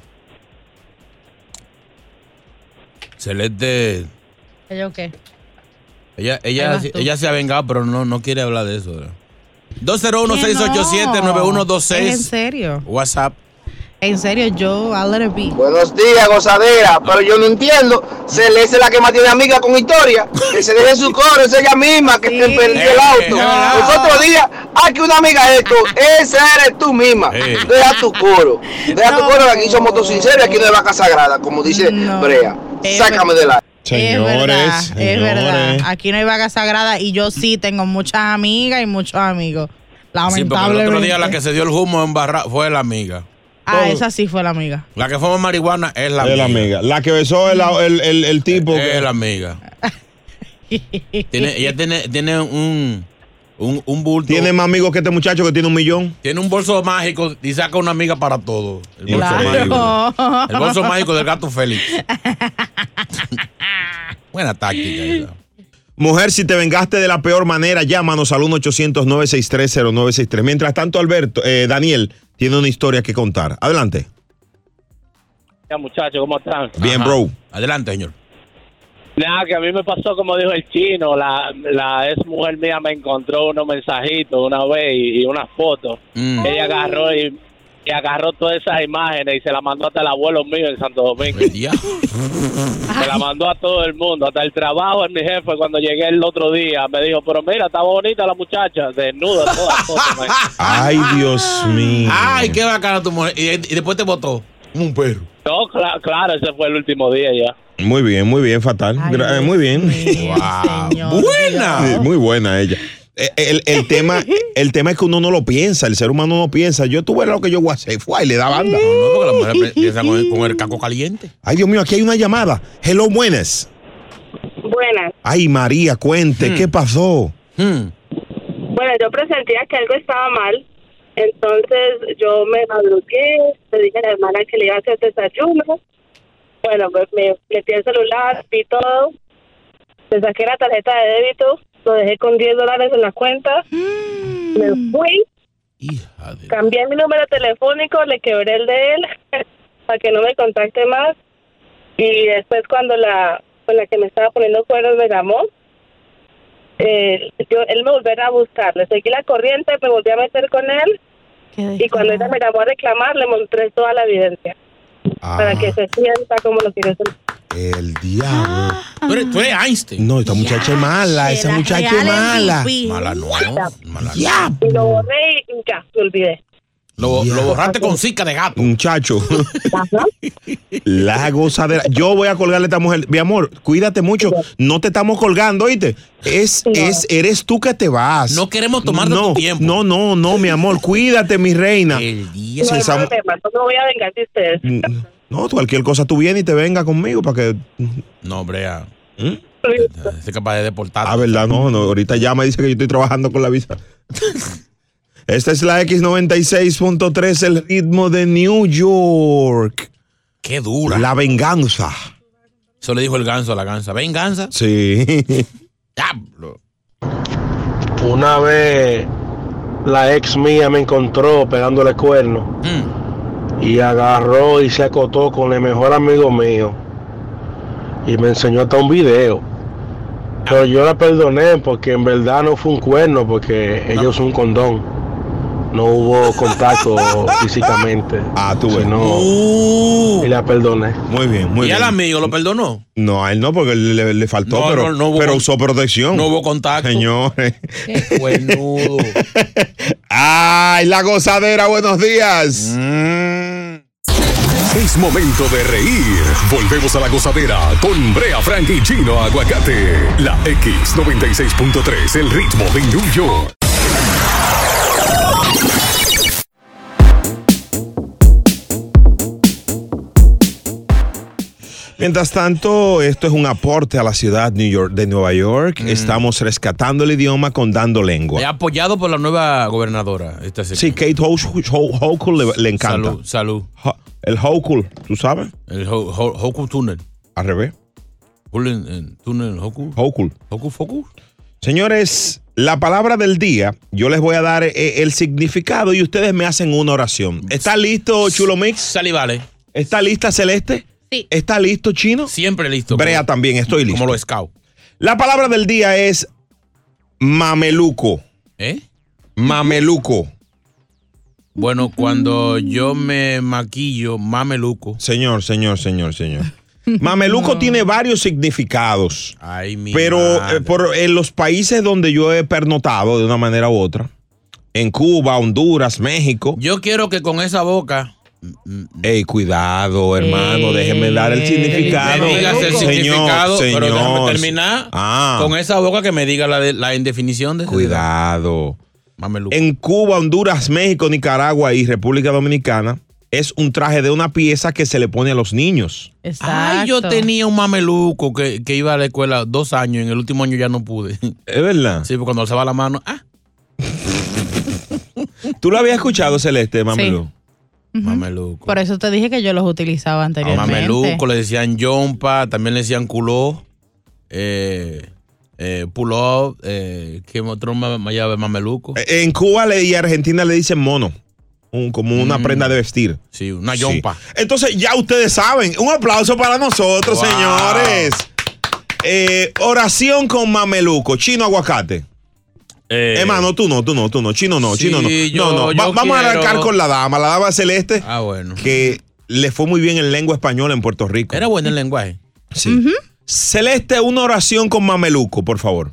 Celeste, ¿Yo qué? ella, Ahí ella, vas tú. ella se ha vengado, pero no, no quiere hablar de eso. ¿verdad? dos cero uno, seis ocho siete, nueve uno dos ¿Es en seis. serio? WhatsApp. En serio, yo, I'll let it be. Buenos días, gozadera. Pero yo no entiendo. Celeste es la que más tiene amiga con historia. Que se deje su coro, es ella misma que te perdió el auto. no. Los otros días, ay, que una amiga de esto. Esa eres tú misma. Eh. Deja tu coro. Deja tu coro, que aquí somos todos sinceros. Aquí no hay vaca sagrada, como dice Brea. Es Sácame ver- de la. es verdad, es verdad. Aquí no hay vaca sagrada y yo sí tengo muchas amigas y muchos amigos. Sí, porque el Lamentablemente. otro día la que se dio el humo en barra fue la amiga. Ah, esa sí fue la amiga. La que fue marihuana es la Es amiga. la amiga. La que besó el, el, el, el tipo. Es que- la amiga. Tiene, ella tiene, tiene un, un, un bulto. Tiene más amigos que este muchacho que tiene un millón. Tiene un bolso mágico y saca una amiga para todo. El bolso, Claro. mágico. El bolso mágico del gato Félix. Buena táctica esa. Mujer, si te vengaste de la peor manera, llámanos al uno ochocientos nueve seis tres cero nueve seis tres. Mientras tanto, Alberto, eh, Daniel tiene una historia que contar. Adelante. Ya, muchachos, ¿cómo están? Bien, bro. Adelante, señor. Nada, que a mí me pasó como dijo el chino, la, la ex mujer mía me encontró unos mensajitos una vez y, y unas fotos. Mm. Ella agarró y, y agarró todas esas imágenes y se las mandó hasta el abuelo mío en Santo Domingo. Se la mandó a todo el mundo, hasta el trabajo de mi jefe cuando llegué el otro día. Me dijo, pero mira, está bonita la muchacha, desnuda, todas las fotos. man. Ay, Dios mío. Ay, qué bacana tu mujer. Y, y después te botó. Un perro. No, cla- claro, ese fue el último día ya. Muy bien, muy bien, fatal. Gra- eh, muy bien. Wow. Buena. Sí, muy buena ella. Eh, El, el tema, el tema es que uno no lo piensa, el ser humano no piensa. Yo tuve lo que yo voy a hacer, fue y le da banda. No, no, porque la mujer piensa con el, con el caco caliente. Ay, Dios mío, aquí hay una llamada. Hello, buenas. Buenas. Ay, María, cuente, ¿qué pasó? Hmm. Bueno, yo presentía que algo estaba mal, entonces yo me madrugué, le dije a la hermana que le iba a hacer desayuno. Bueno, pues me metí el celular, vi todo, le saqué la tarjeta de débito, lo dejé con diez dólares en la cuenta, me fui, cambié mi número telefónico, le quebré el de él para que no me contacte más, y después cuando la, con la que me estaba poniendo cuernos me llamó, eh, yo, él me volvió a buscar, le seguí la corriente, me volví a meter con él, y cuando ella me llamó a reclamar, le mostré toda la evidencia. Ah. Para que se sienta como lo quiere ser. El diablo. Tú eres, tú eres Einstein. No, esta muchacha es mala, esa muchacha es mala. Mala no. Mala Ya. Y lo borré y ya, me olvidé. Lo, lo borraste con cica de gato. Muchacho. La gozadera. Yo voy a colgarle a esta mujer. Mi amor, cuídate mucho. No te estamos colgando, ¿oíste? Es, es, eres tú que te vas. No queremos tomar no, tu tiempo. No, no, no, mi amor. Cuídate, mi reina. No hay problema, no me voy a vengar de ustedes. No, cualquier cosa tú vienes y te venga conmigo para que. No, Brea. ¿Mm? Es capaz de deportar. Ah, verdad, no, no. Ahorita ya me dice que yo estoy trabajando con la visa. Esta es la X noventa y seis punto tres, el ritmo de New York. Qué dura. La venganza. Eso le dijo el ganso a la gansa. ¿Venganza? Sí. Diablo. Una vez la ex mía me encontró pegándole cuernos y agarró y se acotó con el mejor amigo mío y me enseñó hasta un video. Pero yo la perdoné porque en verdad no fue un cuerno, porque ella usó un condón. No hubo contacto físicamente. Ah, tú ves. No. Y la perdoné. Muy bien, muy ¿Y bien. al amigo lo perdonó? No, a él no, porque le, le faltó, No, pero, no, no hubo pero con- usó protección. No hubo contacto. Señores. Qué cuernudo. ¡Ay, la gozadera! Buenos días. Es momento de reír. Volvemos a la gozadera con Brea Frank y Chino Aguacate. La X noventa y seis punto tres, el ritmo de New York. Mientras tanto, esto es un aporte a la ciudad New York, de Nueva York. Mm. Estamos rescatando el idioma con Dando Lengua. He apoyado por la nueva gobernadora. Esta sí, Kate Hochul le, le encanta. Salud, salud. Ho, el Hochul, ¿tú sabes? El Ho, Ho, Hochul Tunnel. Al revés. Tunnel Hochul. Hochul. Hochul Focus. Señores, la palabra del día, yo les voy a dar eh, el significado y ustedes me hacen una oración. ¿Está listo, Chulo Mix? Salivale. ¿Está lista, Celeste? Sí. ¿Está listo, Chino? Siempre listo. Brea como, también, estoy listo. Como los Scout. La palabra del día es mameluco. ¿Eh? Mameluco. Bueno, cuando yo me maquillo, mameluco. Señor, señor, señor, señor. Mameluco no. tiene varios significados. Ay, mi pero madre. Eh, por, en los países donde yo he pernotado de una manera u otra, en Cuba, Honduras, México. Yo quiero que con esa boca... Ey, cuidado, hermano, eh, déjeme dar el significado. Me digas el señor, significado, señor. pero déjame terminar ah. con esa boca que me diga la, de, la indefinición de cuidado. Mameluco. En Cuba, Honduras, México, Nicaragua y República Dominicana es un traje de una pieza que se le pone a los niños. Exacto. Ay, yo tenía un mameluco que, que iba a la escuela dos años, en el último año ya no pude. ¿Es verdad? Sí, porque cuando alzaba la mano, ah. ¿Tú lo habías escuchado, Celeste, mameluco? Sí. Uh-huh. Mameluco. Por eso te dije que yo los utilizaba anteriormente. Mameluco, le decían yompa, también le decían culó, eh, eh, pull-up, eh, ¿qué otro llave mameluco? En Cuba le, y Argentina le dicen mono, un, como una mm. prenda de vestir. Sí, una yompa. Sí. Entonces ya ustedes saben, un aplauso para nosotros, wow. señores. Eh, oración con mameluco, Chino Aguacate. Eh, Hermano, tú no, tú no, tú no, Chino no, sí, Chino no. Yo, no, no. Va, vamos quiero... a arrancar con la dama, la dama Celeste. Ah, bueno. Que le fue muy bien en lengua española en Puerto Rico. Era bueno el lenguaje. Sí. Uh-huh. Celeste, una oración con mameluco, por favor.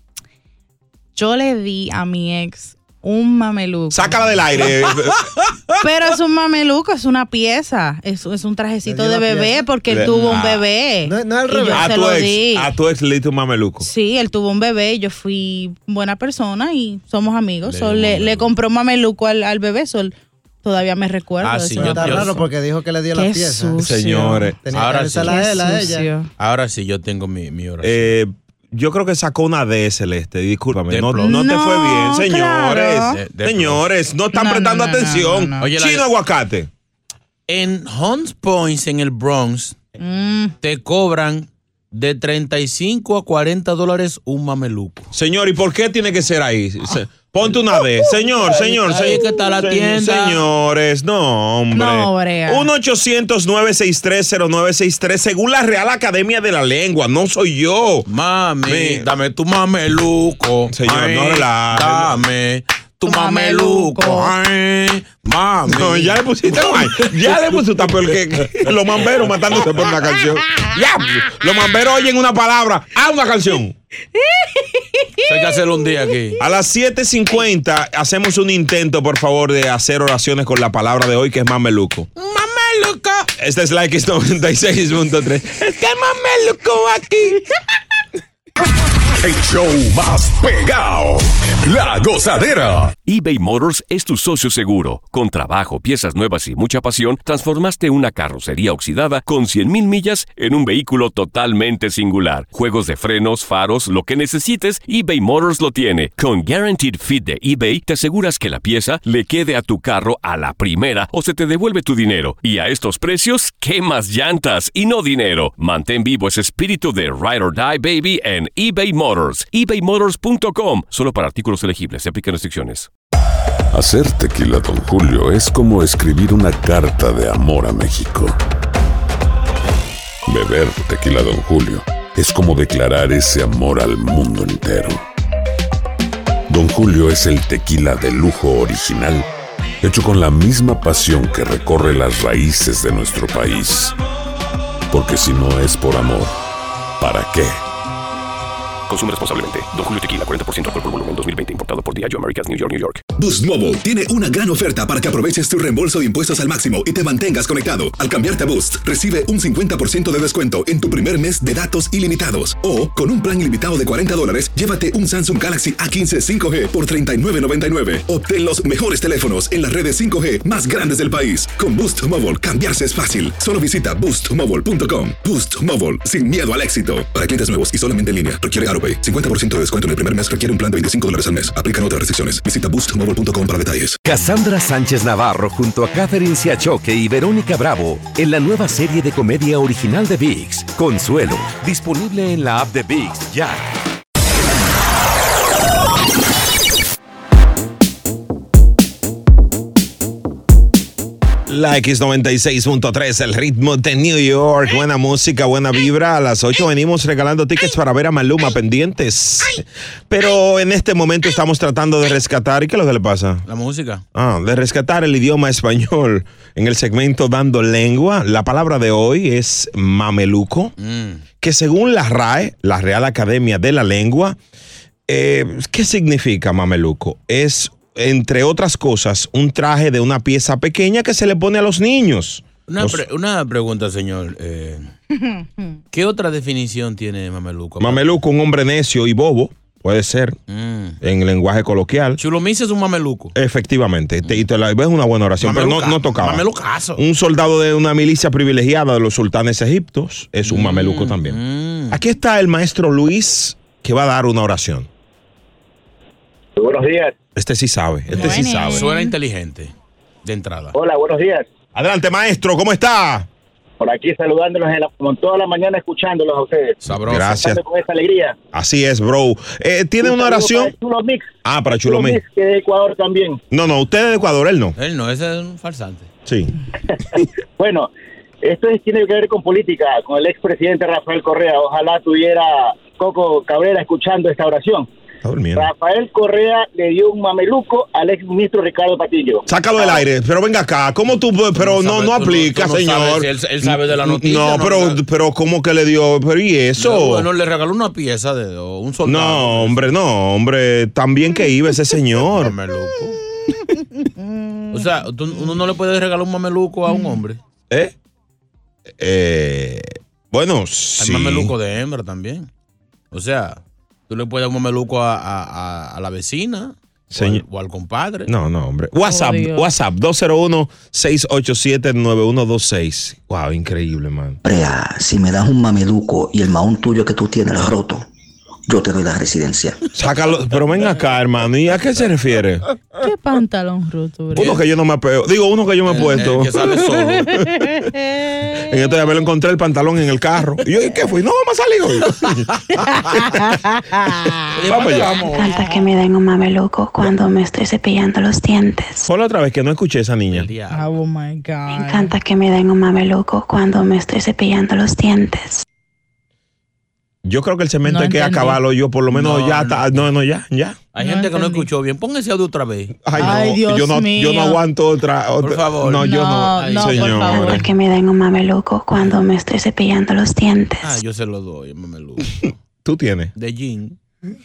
Yo le di a mi ex un mameluco. Sácala del aire. Pero es un mameluco, es una pieza. Es, es un trajecito de bebé pieza. Porque él tuvo un bebé. No, no al revés. A tu, ex, a tu ex le diste un mameluco. Sí, él tuvo un bebé y yo fui buena persona y somos amigos. So, le, le compró un mameluco al, al bebé. So, todavía me recuerdo. Ah, sí, yo, está yo, raro porque dijo que le dio la pieza. Sucio. Señores. Tenía ahora que sí. a él, a ella. Ahora sí, yo tengo mi, mi oración. Eh, Yo creo que sacó una D, Celeste. Discúlpame. No, no, no te fue bien, señores. Claro. De, de señores, no están no, prestando no, no, atención. no, no, no. Oye, Chino la, Aguacate. En Hunts Point, en el Bronx, mm. te cobran de treinta y cinco a cuarenta dólares un mameluco. Señor, ¿y por qué tiene que ser ahí? Se, ponte una D. Señor, señor, ahí señor. es que está la se, tienda. Señores, no, hombre. No, uno ochocientos, nueve seis tres, cero nueve seis tres. Según la Real Academia de la Lengua, no soy yo. Mami, Me, dame tu mameluco. Señor, ay, no relaje. Dame tu mameluco. Ay, mami. No, ya le pusiste mal. Ya le pusiste peor que, que los mamberos matándose por una canción. Ya, los mamberos oyen una palabra. ¡Ah, una canción! Hay que hacerlo un día aquí. A las siete cincuenta hacemos un intento, por favor, de hacer oraciones con la palabra de hoy, que es mameluco. Mameluco. Este es la X noventa y seis punto tres. Es que mameluco aquí. El show más pegado, La Gozadera. eBay Motors es tu socio seguro. Con trabajo, piezas nuevas y mucha pasión, transformaste una carrocería oxidada con cien mil millas en un vehículo totalmente singular. Juegos de frenos, faros, lo que necesites, eBay Motors lo tiene. Con Guaranteed Fit de eBay, te aseguras que la pieza le quede a tu carro a la primera o se te devuelve tu dinero. Y a estos precios, ¿qué más llantas y no dinero? Mantén vivo ese espíritu de Ride or Die, baby, en eBay Motors. ebay motors punto com. Solo para artículos elegibles. Se aplican restricciones. Hacer tequila Don Julio es como escribir una carta de amor a México. Beber tequila Don Julio es como declarar ese amor al mundo entero. Don Julio es el tequila de lujo original, hecho con la misma pasión que recorre las raíces de nuestro país. Porque si no es por amor, ¿para qué? Consume responsablemente. Don Julio Tequila, cuarenta por ciento alcohol por volumen, dos mil veinte. Importado por Diageo Americas, New York, New York. Boost Mobile tiene una gran oferta para que aproveches tu reembolso de impuestos al máximo y te mantengas conectado. Al cambiarte a Boost, recibe un cincuenta por ciento de descuento en tu primer mes de datos ilimitados. O, con un plan ilimitado de cuarenta dólares, llévate un Samsung Galaxy A quince cinco G por treinta y nueve noventa y nueve. Obtén los mejores teléfonos en las redes cinco G más grandes del país. Con Boost Mobile, cambiarse es fácil. Solo visita boost mobile punto com. Boost Mobile, sin miedo al éxito. Para clientes nuevos y solamente en línea, requiere AutoPay. cincuenta por ciento de descuento en el primer mes requiere un plan de veinticinco dólares al mes. Aplican otras restricciones. Visita boost mobile punto com para detalles. Cassandra Sánchez Navarro junto a Catherine Siachoque y Verónica Bravo en la nueva serie de comedia original de ViX, Consuelo, disponible en la app de ViX ya. La X noventa y seis punto tres, el ritmo de New York. Buena música, buena vibra. A las ocho venimos regalando tickets para ver a Maluma, pendientes. Pero en este momento estamos tratando de rescatar. ¿Y qué es lo que le pasa? La música. Ah, de rescatar el idioma español en el segmento Dando Lengua. La palabra de hoy es mameluco, mm. que según la R A E, la Real Academia de la Lengua, eh, ¿qué significa mameluco? Es, entre otras cosas, un traje de una pieza pequeña que se le pone a los niños. Una, los... pre- una pregunta, señor. Eh, ¿Qué otra definición tiene mameluco? Mameluco, un hombre necio y bobo, puede ser, mm. en lenguaje coloquial. Chulomice es un mameluco. Efectivamente, mm. te, y te la ves una buena oración, Mameluca, pero no, no tocaba. Mamelucazo. Un soldado de una milicia privilegiada de los sultanes egiptos es un mm. mameluco también. Mm. Aquí está el maestro Luis, que va a dar una oración. Buenos días. Este sí sabe, este Buenas. sí sabe. Suena inteligente, de entrada. Hola, buenos días. Adelante, maestro, ¿cómo está? Por aquí saludándolos en la, como toda la mañana, escuchándolos a ustedes. Sabroso. Gracias. Con esa alegría. Así es, bro. Eh, ¿Tiene un una oración? Para Chulo Mix. Ah, para Chulo, Chulo Mix. Mix. Que de Ecuador también. No, no, usted es de Ecuador, él no. Él no, ese es un farsante. Sí. Bueno, esto es, tiene que ver con política, con el expresidente Rafael Correa. Ojalá tuviera Coco Cabrera escuchando esta oración. Rafael Correa le dio un mameluco al ex ministro Ricardo Patillo. Sácalo del aire, pero venga acá, ¿cómo tú? Pero no, no, no aplica, no, señor. Si él, él sabe de la noticia. No, no pero, no, pero ¿cómo que le dio? Pero ¿y eso? No, bueno, le regaló una pieza de un soldado. No, hombre, no, hombre, también que iba ese señor. Mameluco. O sea, uno no le puede regalar un mameluco a un hombre. ¿Eh? Eh, bueno, sí. Hay mameluco de hembra también. O sea, tú le puedes dar un mameluco a, a, a la vecina o al, o al compadre. No, no, hombre. WhatsApp, oh, WhatsApp dos cero uno, seis ocho siete, nueve uno dos seis. Wow, increíble, man. Brea, si me das un mameluco y el mahón tuyo que tú tienes roto, yo te doy la residencia. Sácalo, pero ven acá, hermano. ¿Y a qué se refiere? ¿Qué pantalón roto, bro? Uno que yo no me apego. Digo, uno que yo me he puesto. El que sale solo. En esto ya me lo encontré el pantalón en el carro. Y yo, ¿y qué fue? No vamos a salir hoy. Vamos allá. Me encanta que me den un mameluco cuando me estoy cepillando los dientes. Solo otra vez que no escuché a esa niña. Oh my God. Me encanta que me den un mameluco cuando me estoy cepillando los dientes. Yo creo que el cemento no hay que entendí. acabarlo. Yo por lo menos no, ya está. No, no, ya, ya. Hay no gente entendí. que no escuchó bien. Póngase audio otra vez. Ay, no. Ay, Dios yo no, mío. yo no aguanto otra. otra por favor. No, yo no. Ay, no, señor. Me encanta que me den un mameluco cuando me estoy cepillando los dientes. Ah, yo se lo doy, el mameluco. ¿Tú tienes? De jean.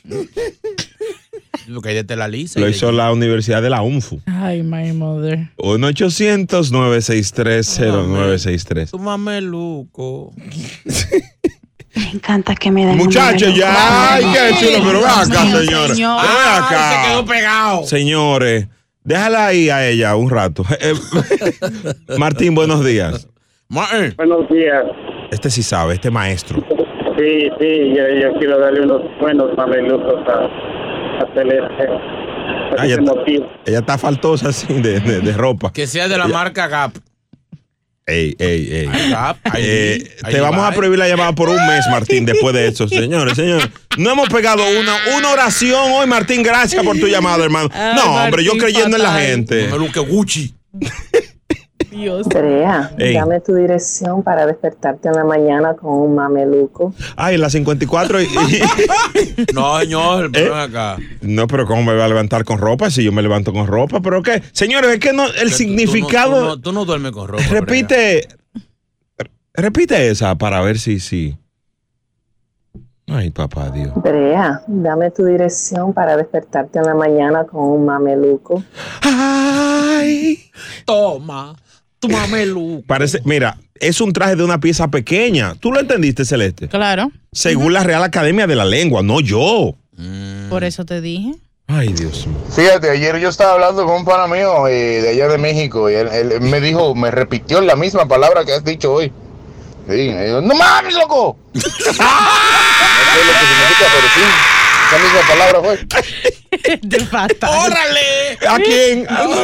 Porque hay de tela lisa. Lo hizo la Universidad de la U N F U. Ay, my mother. uno ochocientos, nueve seis tres, cero nueve seis tres. Tu mameluco. Me encanta que me den Muchachos, ya. Ay, qué chulo, pero ven acá, señores. Señor. Ven acá. Se quedó pegado. Señores, déjala ahí a ella un rato. Martín, buenos días. Martín. Buenos días. Este sí sabe, este maestro. Sí, sí, yo, yo quiero darle unos buenos mamelucos a, a Celeste. Ah, ella, ella está faltosa así de, de, de ropa. Que sea de la ella, marca Gap. Ey, ey, ey. Ay, Gap, ay, eh, ay, te ay, vamos ay. a prohibir la llamada por un mes, Martín, después de eso. Señores, señores. No hemos pegado una, una oración hoy, Martín. Gracias por tu llamada, hermano. Ay, no, Martín, hombre, yo creyendo fatal. en la gente. Mameluco Gucci. Dios. Brea, Ey. dame tu dirección para despertarte en la mañana con un mameluco. Ay, en la cincuenta y cuatro. Y, y, No, señor, ¿Eh? ven acá. No, pero ¿cómo me va a levantar con ropa si yo me levanto con ropa? ¿Pero qué? Señores, es que no, el Tú- significado... Tú no, tú no, tú no duermes con ropa. repite, repite esa para ver si... si. Ay, papá Dios. Brea, dame tu dirección para despertarte en la mañana con un mameluco. Ay, toma, tu mameluco. Parece, mira, es un traje de una pieza pequeña. ¿Tú lo entendiste, Celeste? Claro. Según uh-huh. la Real Academia de la Lengua, no yo. Mm. Por eso te dije. Ay, Dios mío. Fíjate, ayer yo estaba hablando con un pana mío eh, de allá de México y él, él me dijo, me repitió la misma palabra que has dicho hoy. Sí, me dijo, ¡no mames, loco! No sé lo que significa, pero sí, esa misma palabra fue. De fatal. ¡Órale! ¿A quién?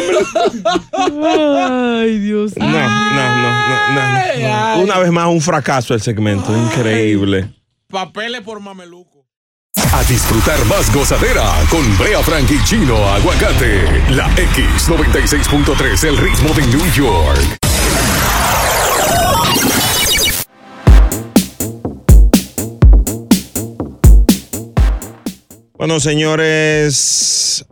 Ay, Dios mío. No, no, no, no, no, no. Una vez más un fracaso el segmento, ay, increíble. Papeles por mameluco. A disfrutar más gozadera con Brea Frank y Chino Aguacate. La X noventa y seis punto tres, el ritmo de New York. Bueno, señores,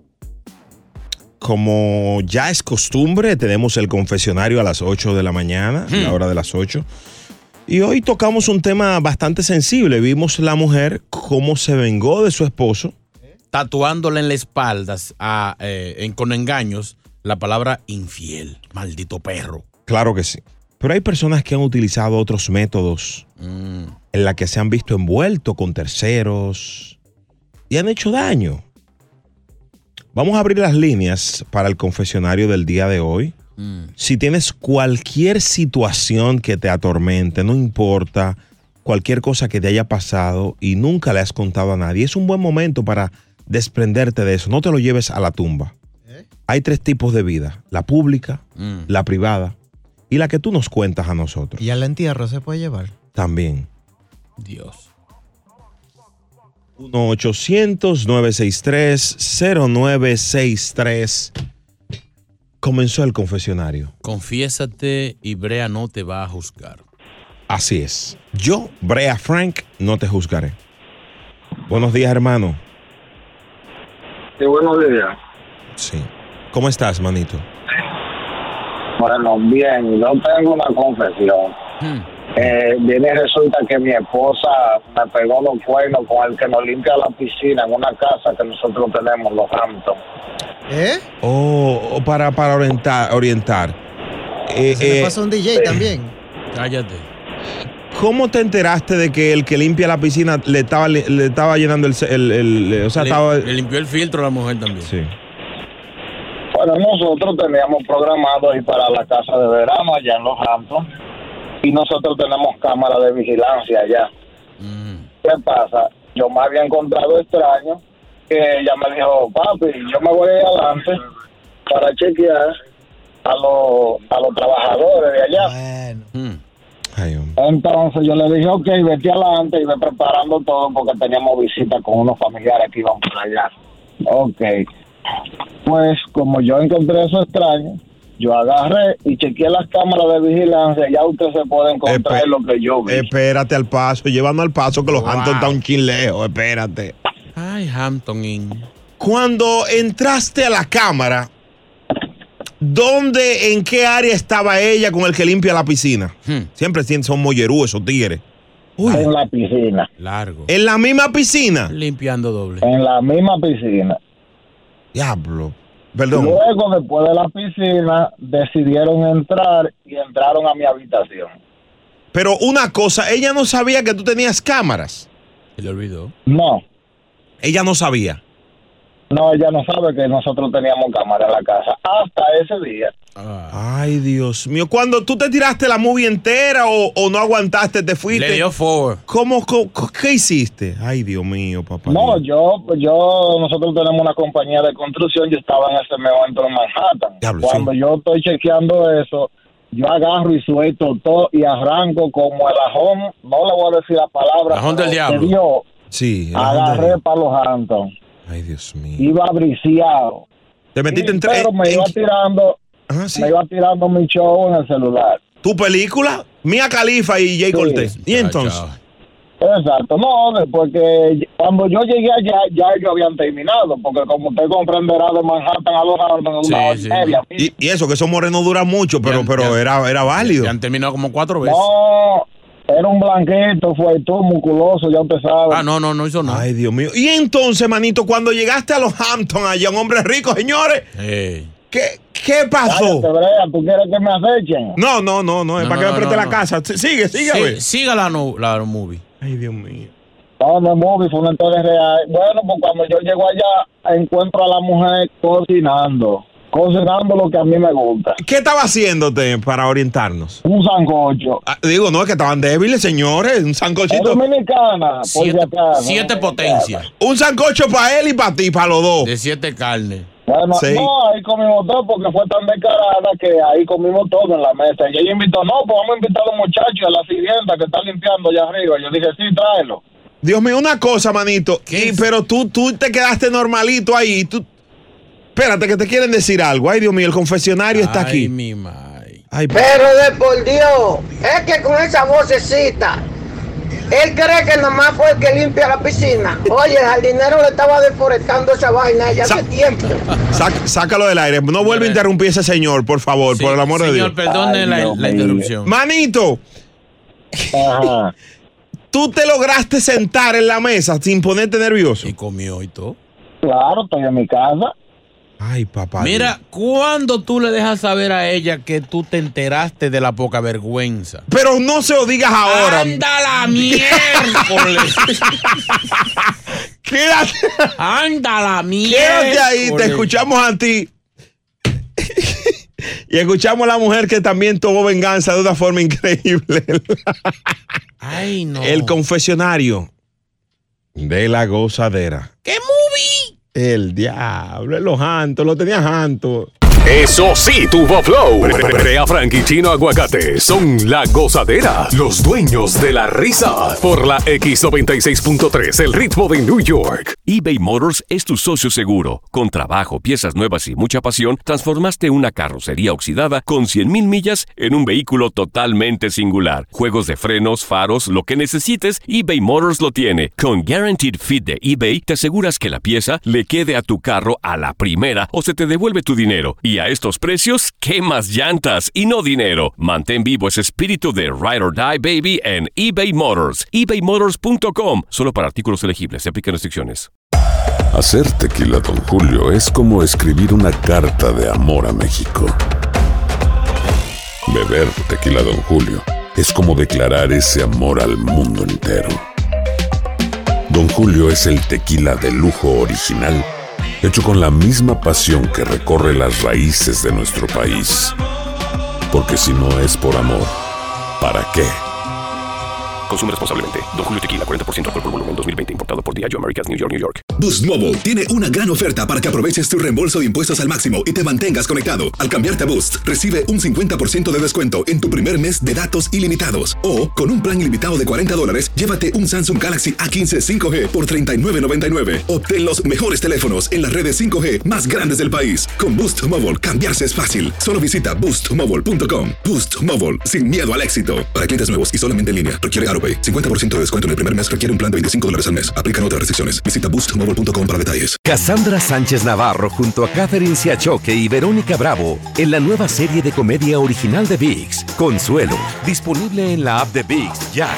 como ya es costumbre, tenemos el confesionario a las ocho de la mañana, hmm. a la hora de las ocho. Y hoy tocamos un tema bastante sensible. Vimos la mujer cómo se vengó de su esposo. Tatuándole en la espalda a, eh, en, con engaños la palabra infiel. Maldito perro. Claro que sí. Pero hay personas que han utilizado otros métodos mm. en la que se han visto envueltos con terceros y han hecho daño. Vamos a abrir las líneas para el confesionario del día de hoy. Mm. Si tienes cualquier situación que te atormente, no importa, cualquier cosa que te haya pasado y nunca le has contado a nadie, es un buen momento para desprenderte de eso. No te lo lleves a la tumba. ¿Eh? Hay tres tipos de vida: la pública, mm. la privada y la que tú nos cuentas a nosotros. ¿Y al entierro se puede llevar? También. Dios. uno ochocientos, nueve seis tres, cero nueve seis tres. Comenzó el confesionario. Confiésate y Brea no te va a juzgar. Así es. Yo, Brea Frank, no te juzgaré. Buenos días, hermano. Sí, buenos días. Sí. ¿Cómo estás, manito? Bueno, bien. Yo tengo una confesión. Hmm. Eh, viene y resulta que mi esposa me pegó los cuernos con el que nos limpia la piscina en una casa que nosotros tenemos, los Hampton. ¿Eh? Oh, para, para orientar. orientar. Eh, ¿Se eh, le pasa un D J eh, también? Cállate. ¿Cómo te enteraste de que el que limpia la piscina le estaba, le, le estaba llenando el... el, el, el o sea, le, estaba... le limpió el filtro a la mujer también? Sí. Bueno, nosotros teníamos programado ir para la casa de verano allá en los Hamptons y nosotros tenemos cámara de vigilancia allá. Mm. ¿Qué pasa? Yo me había encontrado extraño que ella me dijo, papi, yo me voy adelante para chequear a los a los trabajadores de allá. Bueno. Mm. Ay, entonces yo le dije, ok, vete adelante y ve preparando todo porque teníamos visita con unos familiares que iban por allá. Ok. Pues como yo encontré eso extraño, yo agarré y chequeé las cámaras de vigilancia. Ya usted se puede encontrar Espe- lo que yo vi. Espérate al paso, llévame al paso que los wow. Hampton está un chin lejos. Espérate. Ay, Hampton Inn. Cuando entraste a la cámara, ¿dónde, en qué área estaba ella con el que limpia la piscina? Hmm. Siempre son mollerú esos tigres. Uy. En la piscina. Largo. ¿En la misma piscina? Limpiando doble. En la misma piscina. Diablo. Perdón. Luego, después de la piscina, decidieron entrar y entraron a mi habitación. Pero una cosa, ella no sabía que tú tenías cámaras. ¿Se le olvidó? No. Ella no sabía. No, ella no sabe que nosotros teníamos cámara en la casa hasta ese día. Ah. Ay, Dios mío. Cuando tú te tiraste la movie entera o, o no aguantaste, te fuiste. Le dio forward. ¿Cómo, cómo, qué hiciste? Ay, Dios mío, papá. No, yo, yo, nosotros tenemos una compañía de construcción. Yo estaba en ese momento en Manhattan. Diablo, Cuando sí. yo estoy chequeando eso, yo agarro y suelto todo y arranco como el ajón. No le voy a decir la palabra. Ajón del diablo. Dio, sí. Agarré del... para los Hampton. Ay, Dios mío. Iba briseado. Te metiste sí, entre... Pero me en... iba tirando... Ah, sí. Me iba tirando mi show en el celular. ¿Tu película? Mia Khalifa y Jay sí. Cortés. ¿Y entonces? Exacto. No, porque cuando yo llegué allá, ya ellos habían terminado. Porque como usted comprenderá, de Manhattan a los Hamptons, sí, una hora sí. y media. Y, y eso, que esos morenos duran mucho, pero, ya, pero ya, era, era válido. Ya han terminado como cuatro veces. No, Era un blanquito, fue todo musculoso, ya usted sabe. Ah, no, no, no hizo nada. Ay, Dios mío. Y entonces, manito, cuando llegaste a los Hamptons, allá, un hombre rico, señores, hey. ¿qué, ¿qué pasó? Cállate, Brea, ¿tú quieres que me acechen? No, no, no, no, es No, para no, que me no, preste no, la no. casa. Sigue, sigue, a ver. Sí, siga la, no, la movie. Ay, Dios mío. No, no es movie, fue una historia real. Bueno, pues cuando yo llego allá, encuentro a la mujer cocinando. Cocinando lo que a mí me gusta. ¿Qué estaba haciéndote para orientarnos? Un sancocho. Ah, digo, no, es que estaban débiles, señores. Un sancochito. Es dominicana, por Siete, si acaso. siete potencias. Un sancocho para él y para ti, para los dos. De siete carnes. Bueno, Sí. no, ahí comimos todo porque fue tan descarada que ahí comimos todo en la mesa. Y ella invitó, no, pues vamos a invitar a los muchachos a la sirvienta que está limpiando allá arriba. Yo dije, sí, tráelo. Dios mío, una cosa, manito. Y, pero tú, tú te quedaste normalito ahí. Tú... Espérate, que te quieren decir algo. Ay, Dios mío, el confesionario está aquí. Ay, mi madre. Ay, Pero de por Dios, es que con esa vocecita, él cree que nomás fue el que limpia la piscina. Oye, el jardinero le estaba deforestando esa vaina ya hace tiempo. Sac- sácalo del aire. No vuelve a interrumpir a ese señor, por favor, Sí, por el amor de Dios. Señor, perdone Ay, la, Dios la mío. interrupción. Manito, Ajá. tú te lograste sentar en la mesa sin ponerte nervioso. Y comió y todo. Claro, estoy en mi casa. Ay, papá. Mira, ¿cuándo tú le dejas saber a ella que tú te enteraste de la poca vergüenza? Pero no se lo digas ahora. ¡Anda la miércoles! Quédate, ¡Anda la miércoles! quédate ahí, te escuchamos a ti. Y escuchamos a la mujer que también tomó venganza de una forma increíble. Ay, no. El confesionario de la gozadera. ¿Qué movie? El diablo, los jantos, lo tenía janto. Eso sí, tuvo flow. Brea Frank y Chino Aguacate son la gozadera, los dueños de la risa. Por la X noventa y seis punto tres, el ritmo de New York. eBay Motors es tu socio seguro. Con trabajo, piezas nuevas y mucha pasión, transformaste una carrocería oxidada con cien mil millas en un vehículo totalmente singular. Juegos de frenos, faros, lo que necesites, eBay Motors lo tiene. Con Guaranteed Fit de eBay, te aseguras que la pieza le quede a tu carro a la primera o se te devuelve tu dinero. Y a estos precios, ¿qué más llantas y no dinero? Mantén vivo ese espíritu de Ride or Die, baby, en eBay Motors. ebay motors punto com. Solo para artículos elegibles. Se aplican restricciones. Hacer tequila, Don Julio, es como escribir una carta de amor a México. Beber tequila, Don Julio, es como declarar ese amor al mundo entero. Don Julio es el tequila de lujo original, hecho con la misma pasión que recorre las raíces de nuestro país. Porque si no es por amor, ¿para qué? Consume responsablemente. Don Julio Tequila, cuarenta por ciento alcohol por volumen, dos mil veinte. Importado por Diageo Americas, New York, New York. Boost Mobile tiene una gran oferta para que aproveches tu reembolso de impuestos al máximo y te mantengas conectado. Al cambiarte a Boost, recibe un cincuenta por ciento de descuento en tu primer mes de datos ilimitados. O, con un plan ilimitado de cuarenta dólares, llévate un Samsung Galaxy A quince cinco G por treinta y nueve noventa y nueve. Obtén los mejores teléfonos en las redes cinco G más grandes del país. Con Boost Mobile, cambiarse es fácil. Solo visita boost mobile punto com. Boost Mobile, sin miedo al éxito. Para clientes nuevos y solamente en línea, requiere AutoPay. cincuenta por ciento de descuento en el primer mes requiere un plan de veinticinco dólares al mes. Aplican otras restricciones. Visita boost mobile punto com para detalles. Cassandra Sánchez Navarro junto a Catherine Siachoque y Verónica Bravo en la nueva serie de comedia original de ViX, Consuelo, disponible en la app de ViX ya.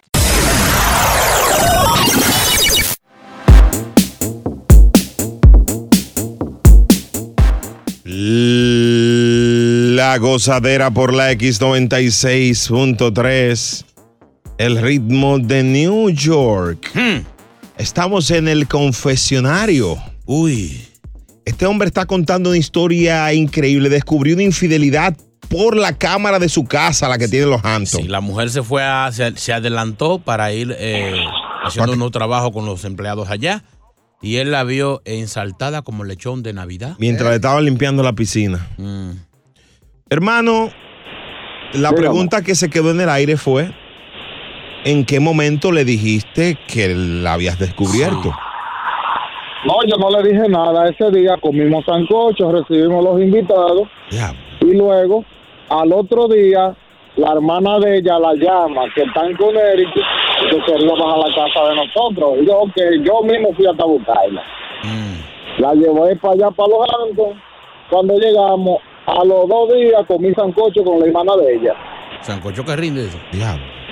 La gozadera por la X noventa y seis punto tres. El ritmo de New York. Hmm. Estamos en el confesionario. Uy. Este hombre está contando una historia increíble. Descubrió una infidelidad por la cámara de su casa, la que tiene los Hamptons. Sí, la mujer se fue a, se, se adelantó para ir eh, haciendo un trabajo con los empleados allá. Y él la vio ensaltada como lechón de Navidad. Mientras eh. le estaban limpiando la piscina. Mm. Hermano, la sí, pregunta vamos. que se quedó en el aire fue: ¿en qué momento le dijiste que la habías descubierto? No, yo no le dije nada. Ese día comimos sancocho, recibimos los invitados. Yeah. Y luego, al otro día, la hermana de ella la llama, que está en Connecticut, que quería bajar a la casa de nosotros. Y yo, que yo mismo fui hasta buscarla. Mm. La llevé para allá, para los Hamptons. Cuando llegamos, a los dos días comí sancocho con la hermana de ella. ¿Sancocho que rinde eso? Yeah.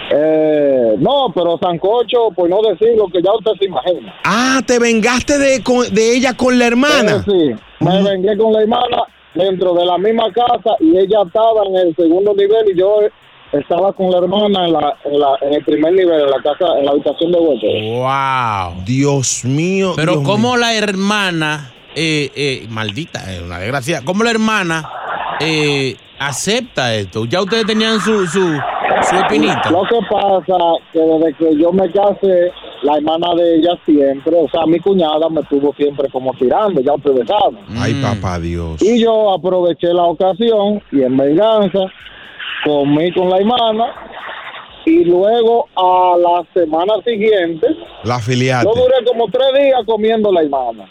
Eh, no, pero sancocho, pues no decirlo, que ya usted se imagina. Ah, ¿te vengaste de, con, de ella con la hermana? Eh, sí, me Mm. vengué con la hermana dentro de la misma casa y ella estaba en el segundo nivel y yo estaba con la hermana en, la, en, la, en el primer nivel, en la casa, en la habitación de huéspedes. Wow. Dios mío. Pero Dios cómo mío. la hermana, eh, eh, maldita, es una desgracia, cómo la hermana eh, acepta esto. Ya ustedes tenían su, su, su espinita. Lo que pasa que desde que yo me casé, la hermana de ella siempre, o sea, mi cuñada me estuvo siempre como tirando, ya ustedes saben. Ay, papá Dios. Y yo aproveché la ocasión y en venganza comí con la hermana y luego a la semana siguiente La afiliate. yo duré como tres días comiendo la hermana.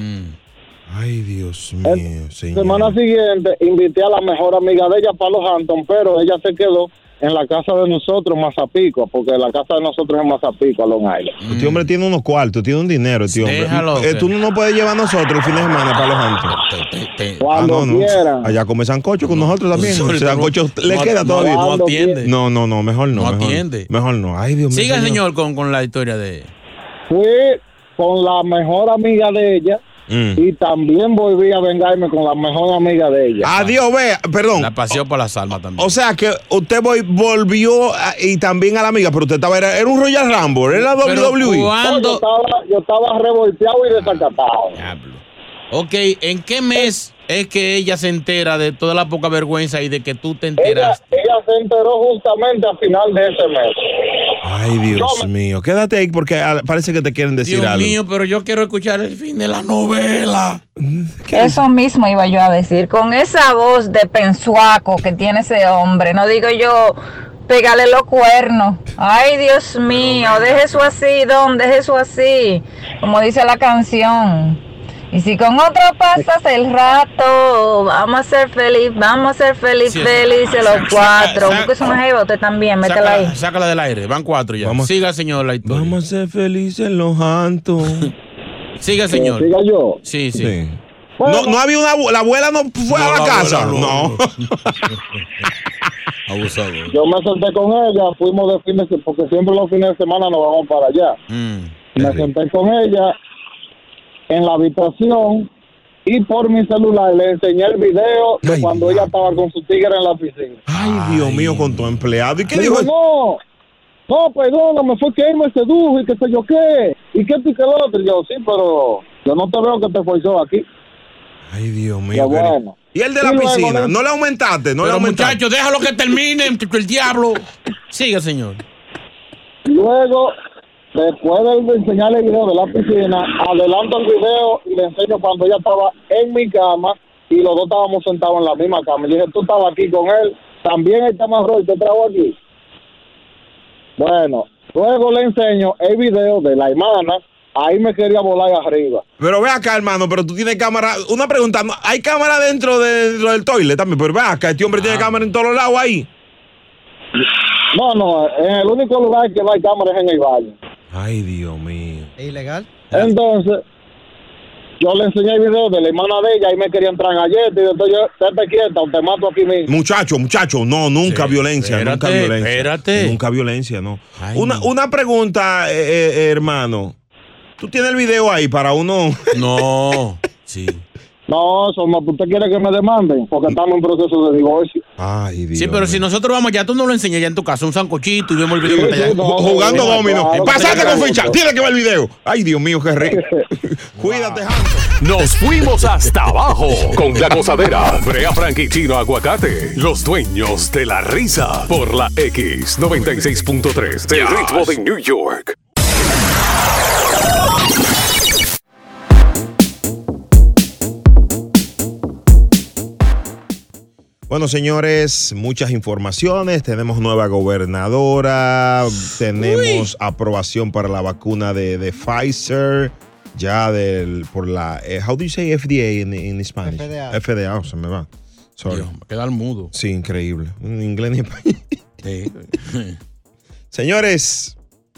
Ay, Dios mío, La señor. semana siguiente invité a la mejor amiga de ella para los Hampton, pero ella se quedó en la casa de nosotros en Mazapico, porque la casa de nosotros es en Mazapico, a Long Island. Este hombre tiene unos cuartos, tiene un dinero, este hombre. Déjalo, Eh, tú no puedes llevar a nosotros el fin de semana para los Hamptons. Cuando quieran. Allá come sancocho con nosotros también. Sorry, El sancocho no- le no- queda no- todavía. no atiende. No, no, no, mejor no. No mejor, atiende. Mejor no. Ay, Dios mío. Siga, señor, con, con la historia de... Fui con la mejor amiga de ella Mm. y también volví a vengarme con la mejor amiga de ella. Adiós, vea, perdón. La paseó por las almas también. O sea que usted voy- volvió a- y también a la amiga, pero usted estaba, era, era un Royal Rumble, era Pero W W E. ¿cuándo? No, yo, estaba, yo estaba revolteado y desacatado. Ok, ¿en qué mes es que ella se entera de toda la poca vergüenza y de que tú te Ella, enteras? ella se enteró justamente a final de ese mes. Ay, Dios mío. Quédate ahí porque ah, parece que te quieren decir Dios algo. mío, pero yo quiero escuchar el fin de la novela. Eso mismo iba yo a decir. Con esa voz de pensuaco que tiene ese hombre, no digo yo pegarle los cuernos. Ay, Dios mío, deje eso así, Don, deje eso así. Como dice la canción. Y si con otro pasas el rato, vamos a ser feliz, vamos a ser feliz, Sí, felices saca- los cuatro. saca- Busque una jeva, usted también, métela ahí. Sácala, sácala del aire, van cuatro ya. Vamos- Siga, señor, la historia. Vamos a ser felices en los Hamptons. Siga, señor. ¿Siga yo? Sí, sí. Sí. No, no había una abu- la abuela no fue No, a la, la casa. abuela no. no. Abusador. Yo me senté con ella, fuimos de fin de semana, porque siempre los fines de semana nos vamos para allá. Mm. Me senté con ella en la habitación y por mi celular le enseñé el video de Ay, cuando ella estaba con su tigre en la piscina. Ay, Dios mío, con tu empleado. ¿Y qué Le dijo? digo, no, no, perdóname, fue que él me sedujo y qué sé yo qué, y qué tú y qué lo otro. Y yo, sí, pero yo no te veo que te forzó aquí. Ay, Dios Qué mío. qué- bueno. ¿Y el de la Y luego, piscina? ¿no? ¿No le aumentaste? ¿No le Pero aumentaste? muchachos, déjalo que termine, el diablo. Siga, señor. Luego, después de enseñarle el video de la piscina, adelanto el video y le enseño cuando ella estaba en mi cama y los dos estábamos sentados en la misma cama. Y dije, tú estabas aquí con él, también está más rollo, te trajo aquí. Bueno, luego le enseño el video de la hermana, ahí me quería volar arriba. Pero ve acá, hermano, pero tú tienes cámara. Una pregunta, ¿no? ¿hay cámara dentro de, dentro del toilet también? Pero ve acá, este hombre tiene cámara en todos los lados ahí. No, no, en el único lugar que no hay cámara es en el baño. Ay, Dios mío. ¿Es ilegal? Entonces, yo le enseñé el video de la hermana de ella y me quería entrar en galleta y después yo, estate quieta o te mato aquí mismo. Muchacho, muchacho, no, nunca Sí, violencia, espérate, nunca violencia. espérate. Nunca violencia, no. Ay, una, no. una pregunta, eh, eh, hermano. ¿Tú tienes el video ahí para uno? No, sí. No, eso no, usted quiere que me demanden porque estamos en proceso de divorcio. Ay, Dios. Sí, pero si nosotros vamos ya, tú no lo enseñas ya en tu casa, un sancochito y vemos el video. Sí, que está allá. sí, no. Ju- Jugando no, domino. claro, Pasaste claro. con ficha. Tiene que ver el video. Ay, Dios mío, qué rico. Cuídate, Hanson. Nos fuimos hasta abajo con la gozadera. Brea Frank y Chino Aguacate, los dueños de la risa. Por la X noventa y seis punto tres, el ritmo de New York. Bueno, señores, muchas informaciones. Tenemos nueva gobernadora. Tenemos aprobación para la vacuna de, de Pfizer. Ya del, por la... Eh, how do you say F D A in, in Spanish? F D A. F D A, oh, se me va. Sorry. Dios, me queda el mudo. Sí, increíble. En inglés ni español. Sí. Señores,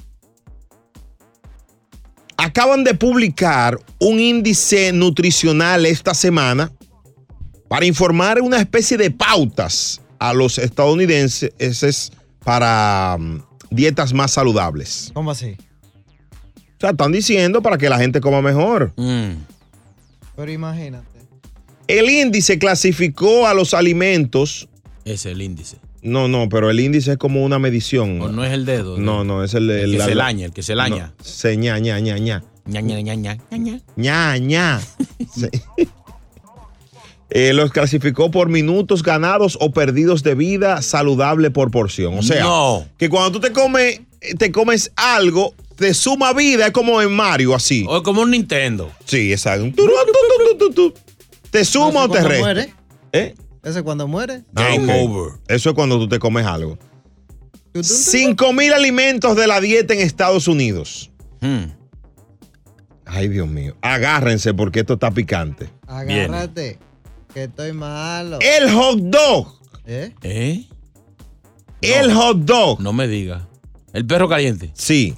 acaban de publicar un índice nutricional esta semana para informar una especie de pautas a los estadounidenses para um, dietas más saludables. ¿Cómo así? O sea, están diciendo para que la gente coma mejor. Mm. Pero imagínate. El índice clasificó a los alimentos. Ese es el índice. No, no, pero el índice es como una medición. O no es el dedo. No, no, no es el, el, el que la, se laña, el que se laña. No, se ña, ña, ña, ña. ña, ña, ña, ña, ña. ña, ña. Sí. Eh, los clasificó por minutos ganados o perdidos de vida saludable por porción. O sea, no. que cuando tú te comes, te comes algo, te suma vida, es como en Mario, así. O es como un Nintendo. Sí, exacto. ¿Te suma o te resta? Muere? ¿Eh? ¿Ese es cuando muere? Game okay. over. Eso es cuando tú te comes algo. Cinco mil alimentos de la dieta en Estados Unidos. Hmm. Ay, Dios mío. Agárrense porque esto está picante. Agárrate. Viene. Que estoy malo. El hot dog. ¿Eh? ¿Eh? El no, hot dog. No me digas. ¿El perro caliente? Sí.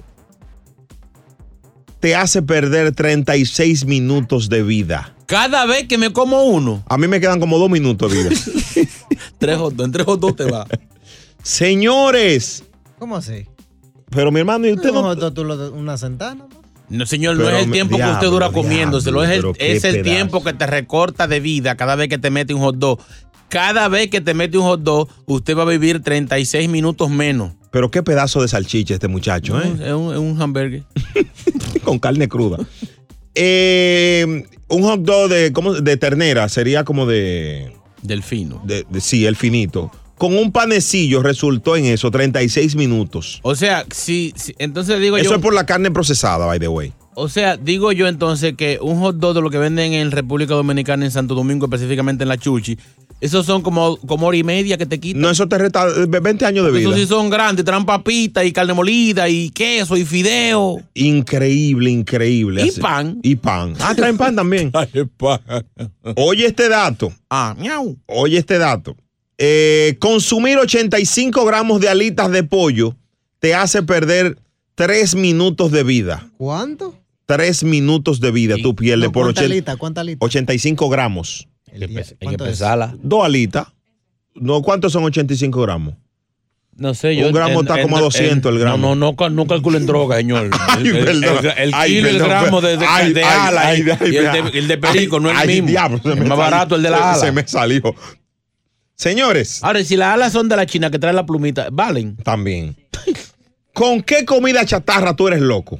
Te hace perder treinta y seis minutos de vida. Cada vez que me como uno. A mí me quedan como dos minutos de vida. tres hot dogs, en tres hot dogs te va. Señores. ¿Cómo así? Pero mi hermano, ¿y usted no? no... Tú lo, una sentada, ¿no? No, señor, pero no es el tiempo diablo, que usted dura diablo, comiéndoselo, es el, es el pedazo. tiempo que te recorta de vida cada vez que te mete un hot dog. Cada vez que te mete un hot dog, usted va a vivir treinta y seis minutos menos. Pero qué pedazo de salchicha este muchacho, ¿eh? Es un, es un hamburger. Con carne cruda. Eh, un hot dog de, ¿cómo? de ternera sería como de... Del fino. De, de, sí, el finito. Con un panecillo resultó en eso, treinta y seis minutos. O sea, si, si entonces digo eso yo... Eso es por la carne procesada, by the way. O sea, digo yo entonces que un hot dog de lo que venden en República Dominicana, en Santo Domingo, específicamente en la Chuchi, esos son como, como hora y media que te quitan. No, eso te resta veinte años de vida. Esos sí son grandes, traen papitas y carne molida y queso y fideo. Increíble, increíble. Y así. pan. Y pan. Ah, traen pan también. Traen pan. Oye este dato. Ah, miau. Oye este dato. Eh, consumir ochenta y cinco gramos de alitas de pollo te hace perder tres minutos de vida. ¿Cuánto? Tres minutos de vida tú pierdes no, por ¿cuánta ochenta, alita? ¿Cuánta alita? ochenta y cinco gramos. Hay que pesarla. Dos alitas. No, ¿cuántos son ochenta y cinco gramos? No sé, yo. Un gramo en, está como en, a doscientos en, el gramo. No, no, no, no calculen droga, señor. Ay, el, el, el, el ay, kilo, perdón, el gramo de, de, ay, de ay, ala ay, y, ay, y el, de, el de perico ay, no es el mismo. Diablo, es más salió, barato el de la se, ala. Se me salió. Señores. Ahora, si las alas son de la China que trae la plumita, ¿valen? También. ¿Con qué comida chatarra tú eres loco?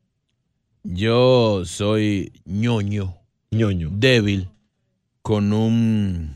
Yo soy ñoño. ñoño. Débil. Con un...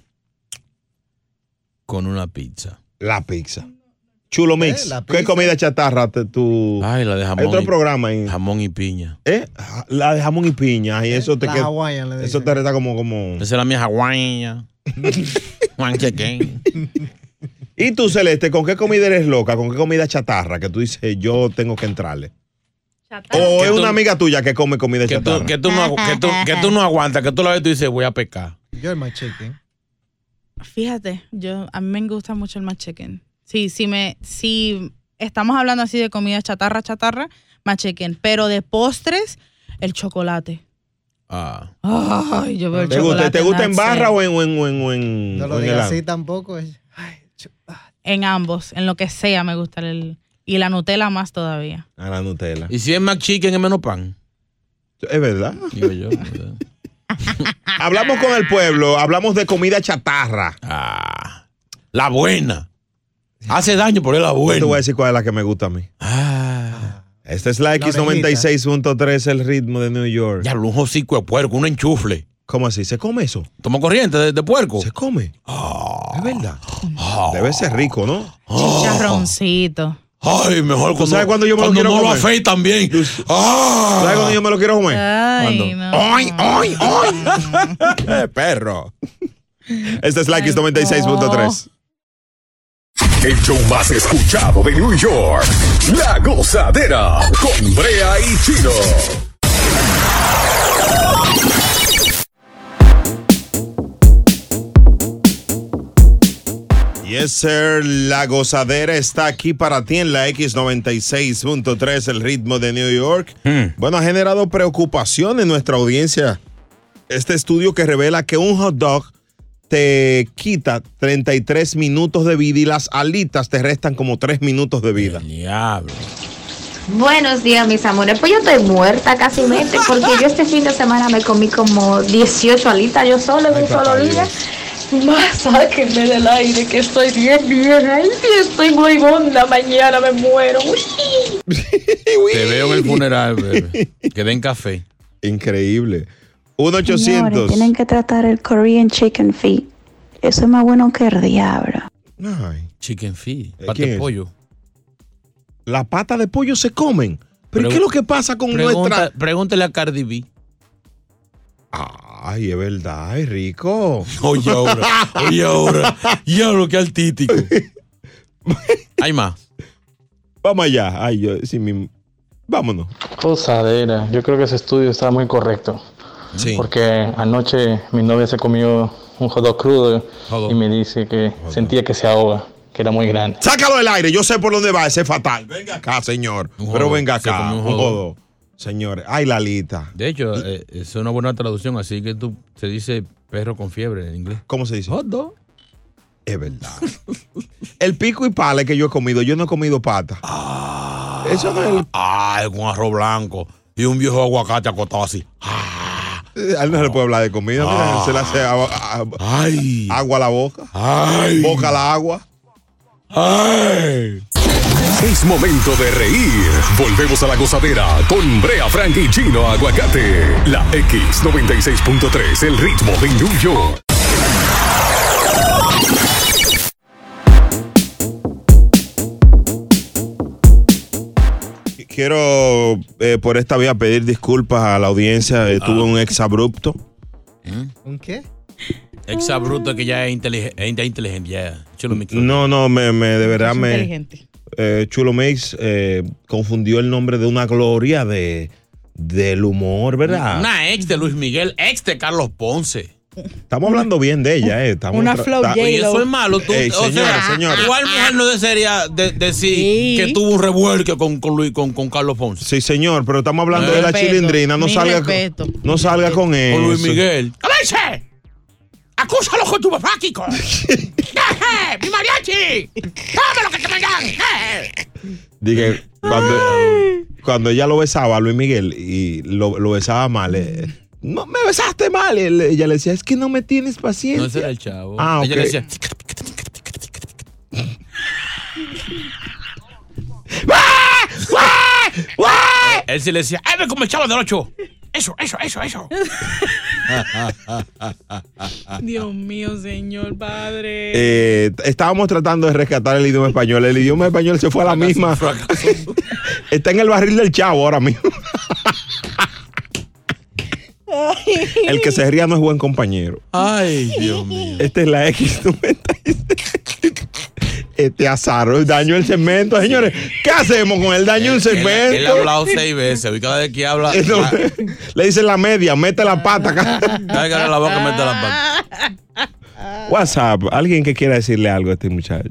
Con una pizza. La pizza. Chulo Mix. ¿Eh? ¿Qué comida chatarra te, tú? Ay, la de jamón. Hay otro y, programa ahí. Jamón y piña. ¿Eh? La de jamón y piña. Y ¿Eh? eso te la queda. Hawaiian, le eso te resta como, como. Esa es la mía hawaiana. Juan Chequen. ¿Y tú, Celeste, con qué comida eres loca? ¿Con qué comida chatarra? Que tú dices, yo tengo que entrarle. Chatarra. O es tú, una amiga tuya que come comida que chatarra. Tú, que, tú no, que, tú, que tú no aguantas, que tú la ves y tú dices, voy a pecar. Yo el McChicken. Fíjate, yo, a mí me gusta mucho el McChicken. Sí, sí me, si estamos hablando así de comida chatarra, chatarra, McChicken. Pero de postres, el chocolate. Ah. Ay, yo veo el ¿Te chocolate. Gusta, ¿Te gusta en barra o en, o en, o en, o en No lo digas así tampoco. Ay, en ambos, en lo que sea me gusta el... Y la Nutella más todavía. A la Nutella. ¿Y si es McChicken es menos pan? Es verdad. Digo yo. Hablamos con el pueblo, hablamos de comida chatarra. Ah, la buena. Hace daño, pero es la buena. Yo te voy a decir cuál es la que me gusta a mí. Ah. Esta es la X noventa y seis punto tres, el ritmo de New York. Ya, un hocico de puerco, un enchufle. ¿Cómo así? ¿Se come eso? ¿Toma corriente de, de puerco? ¿Se come? Oh. Es verdad. Oh. Debe ser rico, ¿no? Chicharroncito. Ay, mejor cuando, ¿sabes cuando yo me cuando lo quiero no comer? lo afeitan bien. Ah. ¿Sabes cuando yo me lo quiero comer? Ay, no. ¡Ay, ay, ay! ¡Perro! Esta es la X noventa y seis punto tres. El show más escuchado de New York. La Gozadera con Brea y Chino. Yes, sir. La Gozadera está aquí para ti en la X noventa y seis punto tres, el ritmo de New York. Hmm. Bueno, ha generado preocupación en nuestra audiencia este estudio que revela que un hot dog te quita treinta y tres minutos de vida y las alitas te restan como tres minutos de vida. Diablo. Buenos días, mis amores. Pues yo estoy muerta casi mente porque yo este fin de semana me comí como dieciocho alitas yo solo en un solo día. Más sáquenme del aire que estoy bien, bien. Ay, estoy muy bonda. Mañana me muero. Te veo en el funeral, bebé. Que den café. Increíble. uno ochocientos. Señores, tienen que tratar el Korean Chicken Feet. Eso es más bueno que el diablo. Ay. Chicken Feet. Pata de pollo. Las patas de pollo se comen. ¿Pero Pregu- qué es lo que pasa con pregunta, nuestra...? Pregúntale a Cardi B. Ay, es verdad, es rico. Oye ahora, oye ahora. Ya lo que altítico. Hay más. Vamos allá. Ay, yo, sí, mi... Vámonos. Posadera. Yo creo que ese estudio está muy correcto. Sí. Porque anoche mi novia se comió un hot dog crudo Hot y me dice que sentía que se ahoga, que era muy grande. Sácalo del aire, yo sé por dónde va, ese es fatal. Venga acá, señor. Un Pero jodo, venga se acá, comió un un jodo. jodo. Señores, ay, Lalita. De hecho, eh, es una buena traducción, así que tú se dice perro con fiebre en inglés. ¿Cómo se dice? Hot dog. Es verdad. El pico y pala que yo he comido, yo no he comido pata. Ah, Eso no es el... Ay, con arroz blanco y un viejo aguacate acostado así. A él no se le puede hablar de comida, mira, Ah. se le hace agua, Ay. agua a la boca. Ay. Boca a la agua. Ay. Es momento de reír. Volvemos a la gozadera con Brea Frank y Chino Aguacate. La X noventa y seis punto tres, el ritmo de New York. Quiero eh, por esta vía pedir disculpas a la audiencia. Eh, tuve un exabrupto. ¿Un qué? Exabruto que ya es, inteligen- es ya inteligente, ya. Chulo Mix. No, no, me, me de verdad Es me. inteligente. eh, Chulo Mix eh, confundió el nombre de una gloria de del humor, ¿verdad? Una ex de Luis Miguel, ex de Carlos Ponce. Estamos hablando bien de ella, eh. Estamos Una tra- flow ta- J-Lo. Y eso es malo. Tú, Ey, o señores, sea, señores. ¿cuál mujer no desearía de- decir Sí. que tuvo un revuelque con, con, Luis, con, con Carlos Ponce? Sí, señor, pero estamos hablando de la Respeto, chilindrina. No mi salga, respeto. no salga con eso. Con Luis Miguel. ¿Qué dice? ¡Acúsalo con tu papá, Kiko! ¡Mi mariachi! ¡Dame lo que te mandan! Dije, cuando, cuando ella lo besaba a Luis Miguel y lo, lo besaba mal, eh, no me besaste mal. Y él- ella le decía, es que no me tienes paciencia. No, ese era el chavo. Ah, Ella ok. le decía, él sí le decía, ¡ay, me como el chavo del ocho! Eso, eso, eso, eso. Dios mío, señor padre. Eh, estábamos tratando de rescatar el idioma español. El idioma español se fue a la misma. Está en el barril del chavo ahora mismo. El que se ría no es buen compañero. Ay, Dios mío. Esta es la X noventa y seis. Este azar daño el segmento, señores. ¿Qué hacemos con el daño un Él, segmento? él ha hablado seis veces y cada vez que habla, Eh, no, cada le dicen la media, mete la pata acá. vez que abre la boca mete la pata. WhatsApp, alguien que quiera decirle algo a este muchacho.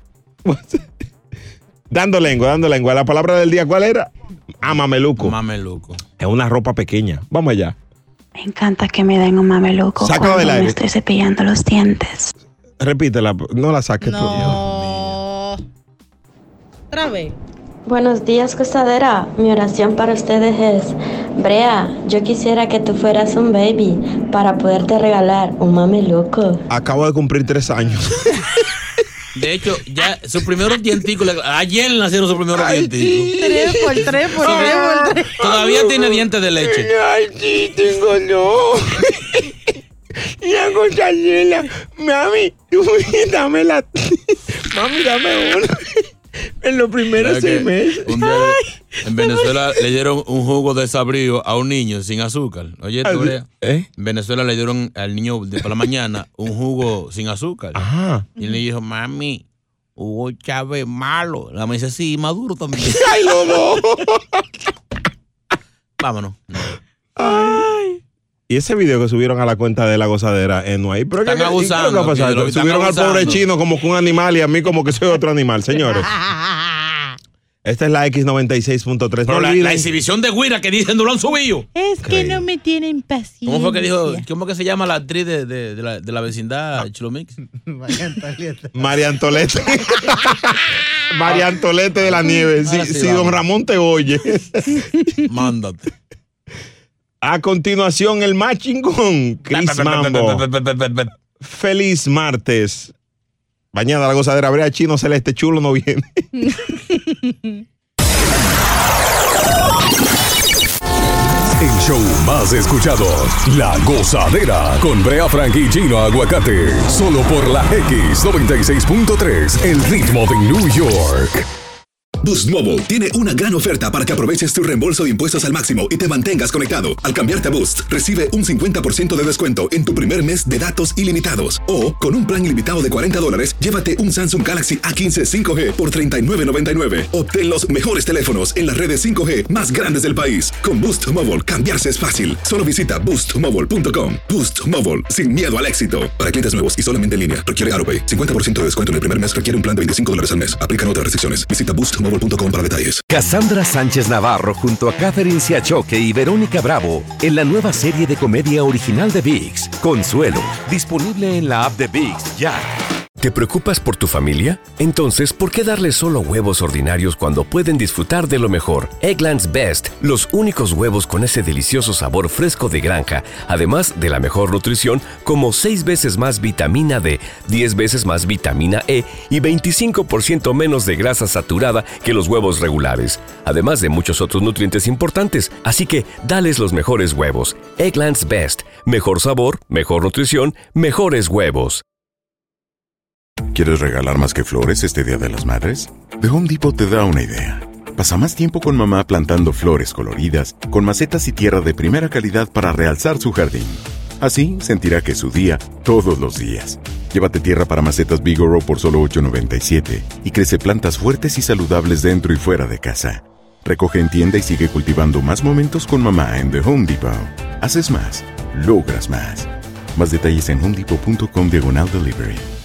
Dando lengua, dando lengua. La palabra del día, ¿cuál era? Ah, mameluco. Mameluco. Es una ropa pequeña. Vamos allá. Me encanta que me den un mameluco Sácalo cuando del me aire. estoy cepillando los dientes. Repítela, no la saques tú. No. Otra vez. Buenos días, gozadera. Mi oración para ustedes es, Brea, yo quisiera que tú fueras un baby para poderte regalar un mameluco. Acabo de cumplir tres años. De hecho, ya sus primeros dienticos, le- ayer nacieron sus primeros dienticos. Tres por tres por tres por tres. Todavía tiene dientes de leche. Ay, sí, tengo no. Y hago chalela. Mami, dame la. Mami, dame uno. En los primeros ¿Sabes seis qué? meses. Un día le- en Venezuela le dieron un jugo de sabrío a un niño sin azúcar. Oye, tú, Brea, ¿Eh? en Venezuela le dieron al niño de por la mañana un jugo sin azúcar. Ajá. Y él le dijo, mami, Hugo Chávez malo. La mamá dice, sí, Maduro también. ¡Ay, los dos! Vámonos. Ay. Y ese video que subieron a la cuenta de La Gozadera en no hay. Pero Están ¿qué- abusando, ¿qué es lo que ha pasado? Pedro, están Subieron al pobre abusando. chino como que un animal y a mí como que soy otro animal, señores. Esta es la X noventa y seis punto tres. Pero no la, olviden. la exhibición de Guira que dicen no lo han subido. Es que no me tienen paciencia. ¿Cómo fue que dijo? ¿Cómo que se llama la actriz de, de, de, la, de la vecindad, Chilomix? María Antolete. María Antolete. María Antolete de la Nieve. Si, sí, si don Ramón te oye. Mándate. A continuación, el matching con Chris Mambo. Feliz martes. Mañana la gozadera. Brea Chino Celeste Chulo no viene. El show más escuchado, La Gozadera, con Brea Frank y Chino Aguacate. Solo por la X noventa y seis punto tres, el ritmo de New York. Boost Mobile tiene una gran oferta para que aproveches tu reembolso de impuestos al máximo y te mantengas conectado. Al cambiarte a Boost, recibe un cincuenta por ciento de descuento en tu primer mes de datos ilimitados. O, con un plan ilimitado de cuarenta dólares, llévate un Samsung Galaxy A quince cinco G por treinta y nueve noventa y nueve. Obtén los mejores teléfonos en las redes cinco G más grandes del país. Con Boost Mobile, cambiarse es fácil. Solo visita boost mobile punto com. Boost Mobile, sin miedo al éxito. Para clientes nuevos y solamente en línea, requiere AutoPay. cincuenta por ciento de descuento en el primer mes requiere un plan de veinticinco dólares al mes. Aplican otras restricciones. Visita boost mobile punto com para detalles. Cassandra Sánchez Navarro junto a Catherine Siachoque y Verónica Bravo en la nueva serie de comedia original de ViX, Consuelo, disponible en la app de ViX ya. ¿Te preocupas por tu familia? Entonces, ¿por qué darles solo huevos ordinarios cuando pueden disfrutar de lo mejor? Eggland's Best, los únicos huevos con ese delicioso sabor fresco de granja, además de la mejor nutrición, como seis veces más vitamina D, diez veces más vitamina E y veinticinco por ciento menos de grasa saturada que los huevos regulares, además de muchos otros nutrientes importantes. Así que, dales los mejores huevos. Eggland's Best, mejor sabor, mejor nutrición, mejores huevos. ¿Quieres regalar más que flores este Día de las Madres? The Home Depot te da una idea. Pasa más tiempo con mamá plantando flores coloridas, con macetas y tierra de primera calidad para realzar su jardín. Así sentirá que es su día todos los días. Llévate tierra para macetas Bigoro por solo ocho noventa y siete y crece plantas fuertes y saludables dentro y fuera de casa. Recoge en tienda y sigue cultivando más momentos con mamá en The Home Depot. Haces más, logras más. Más detalles en homedepot punto com diagonal delivery.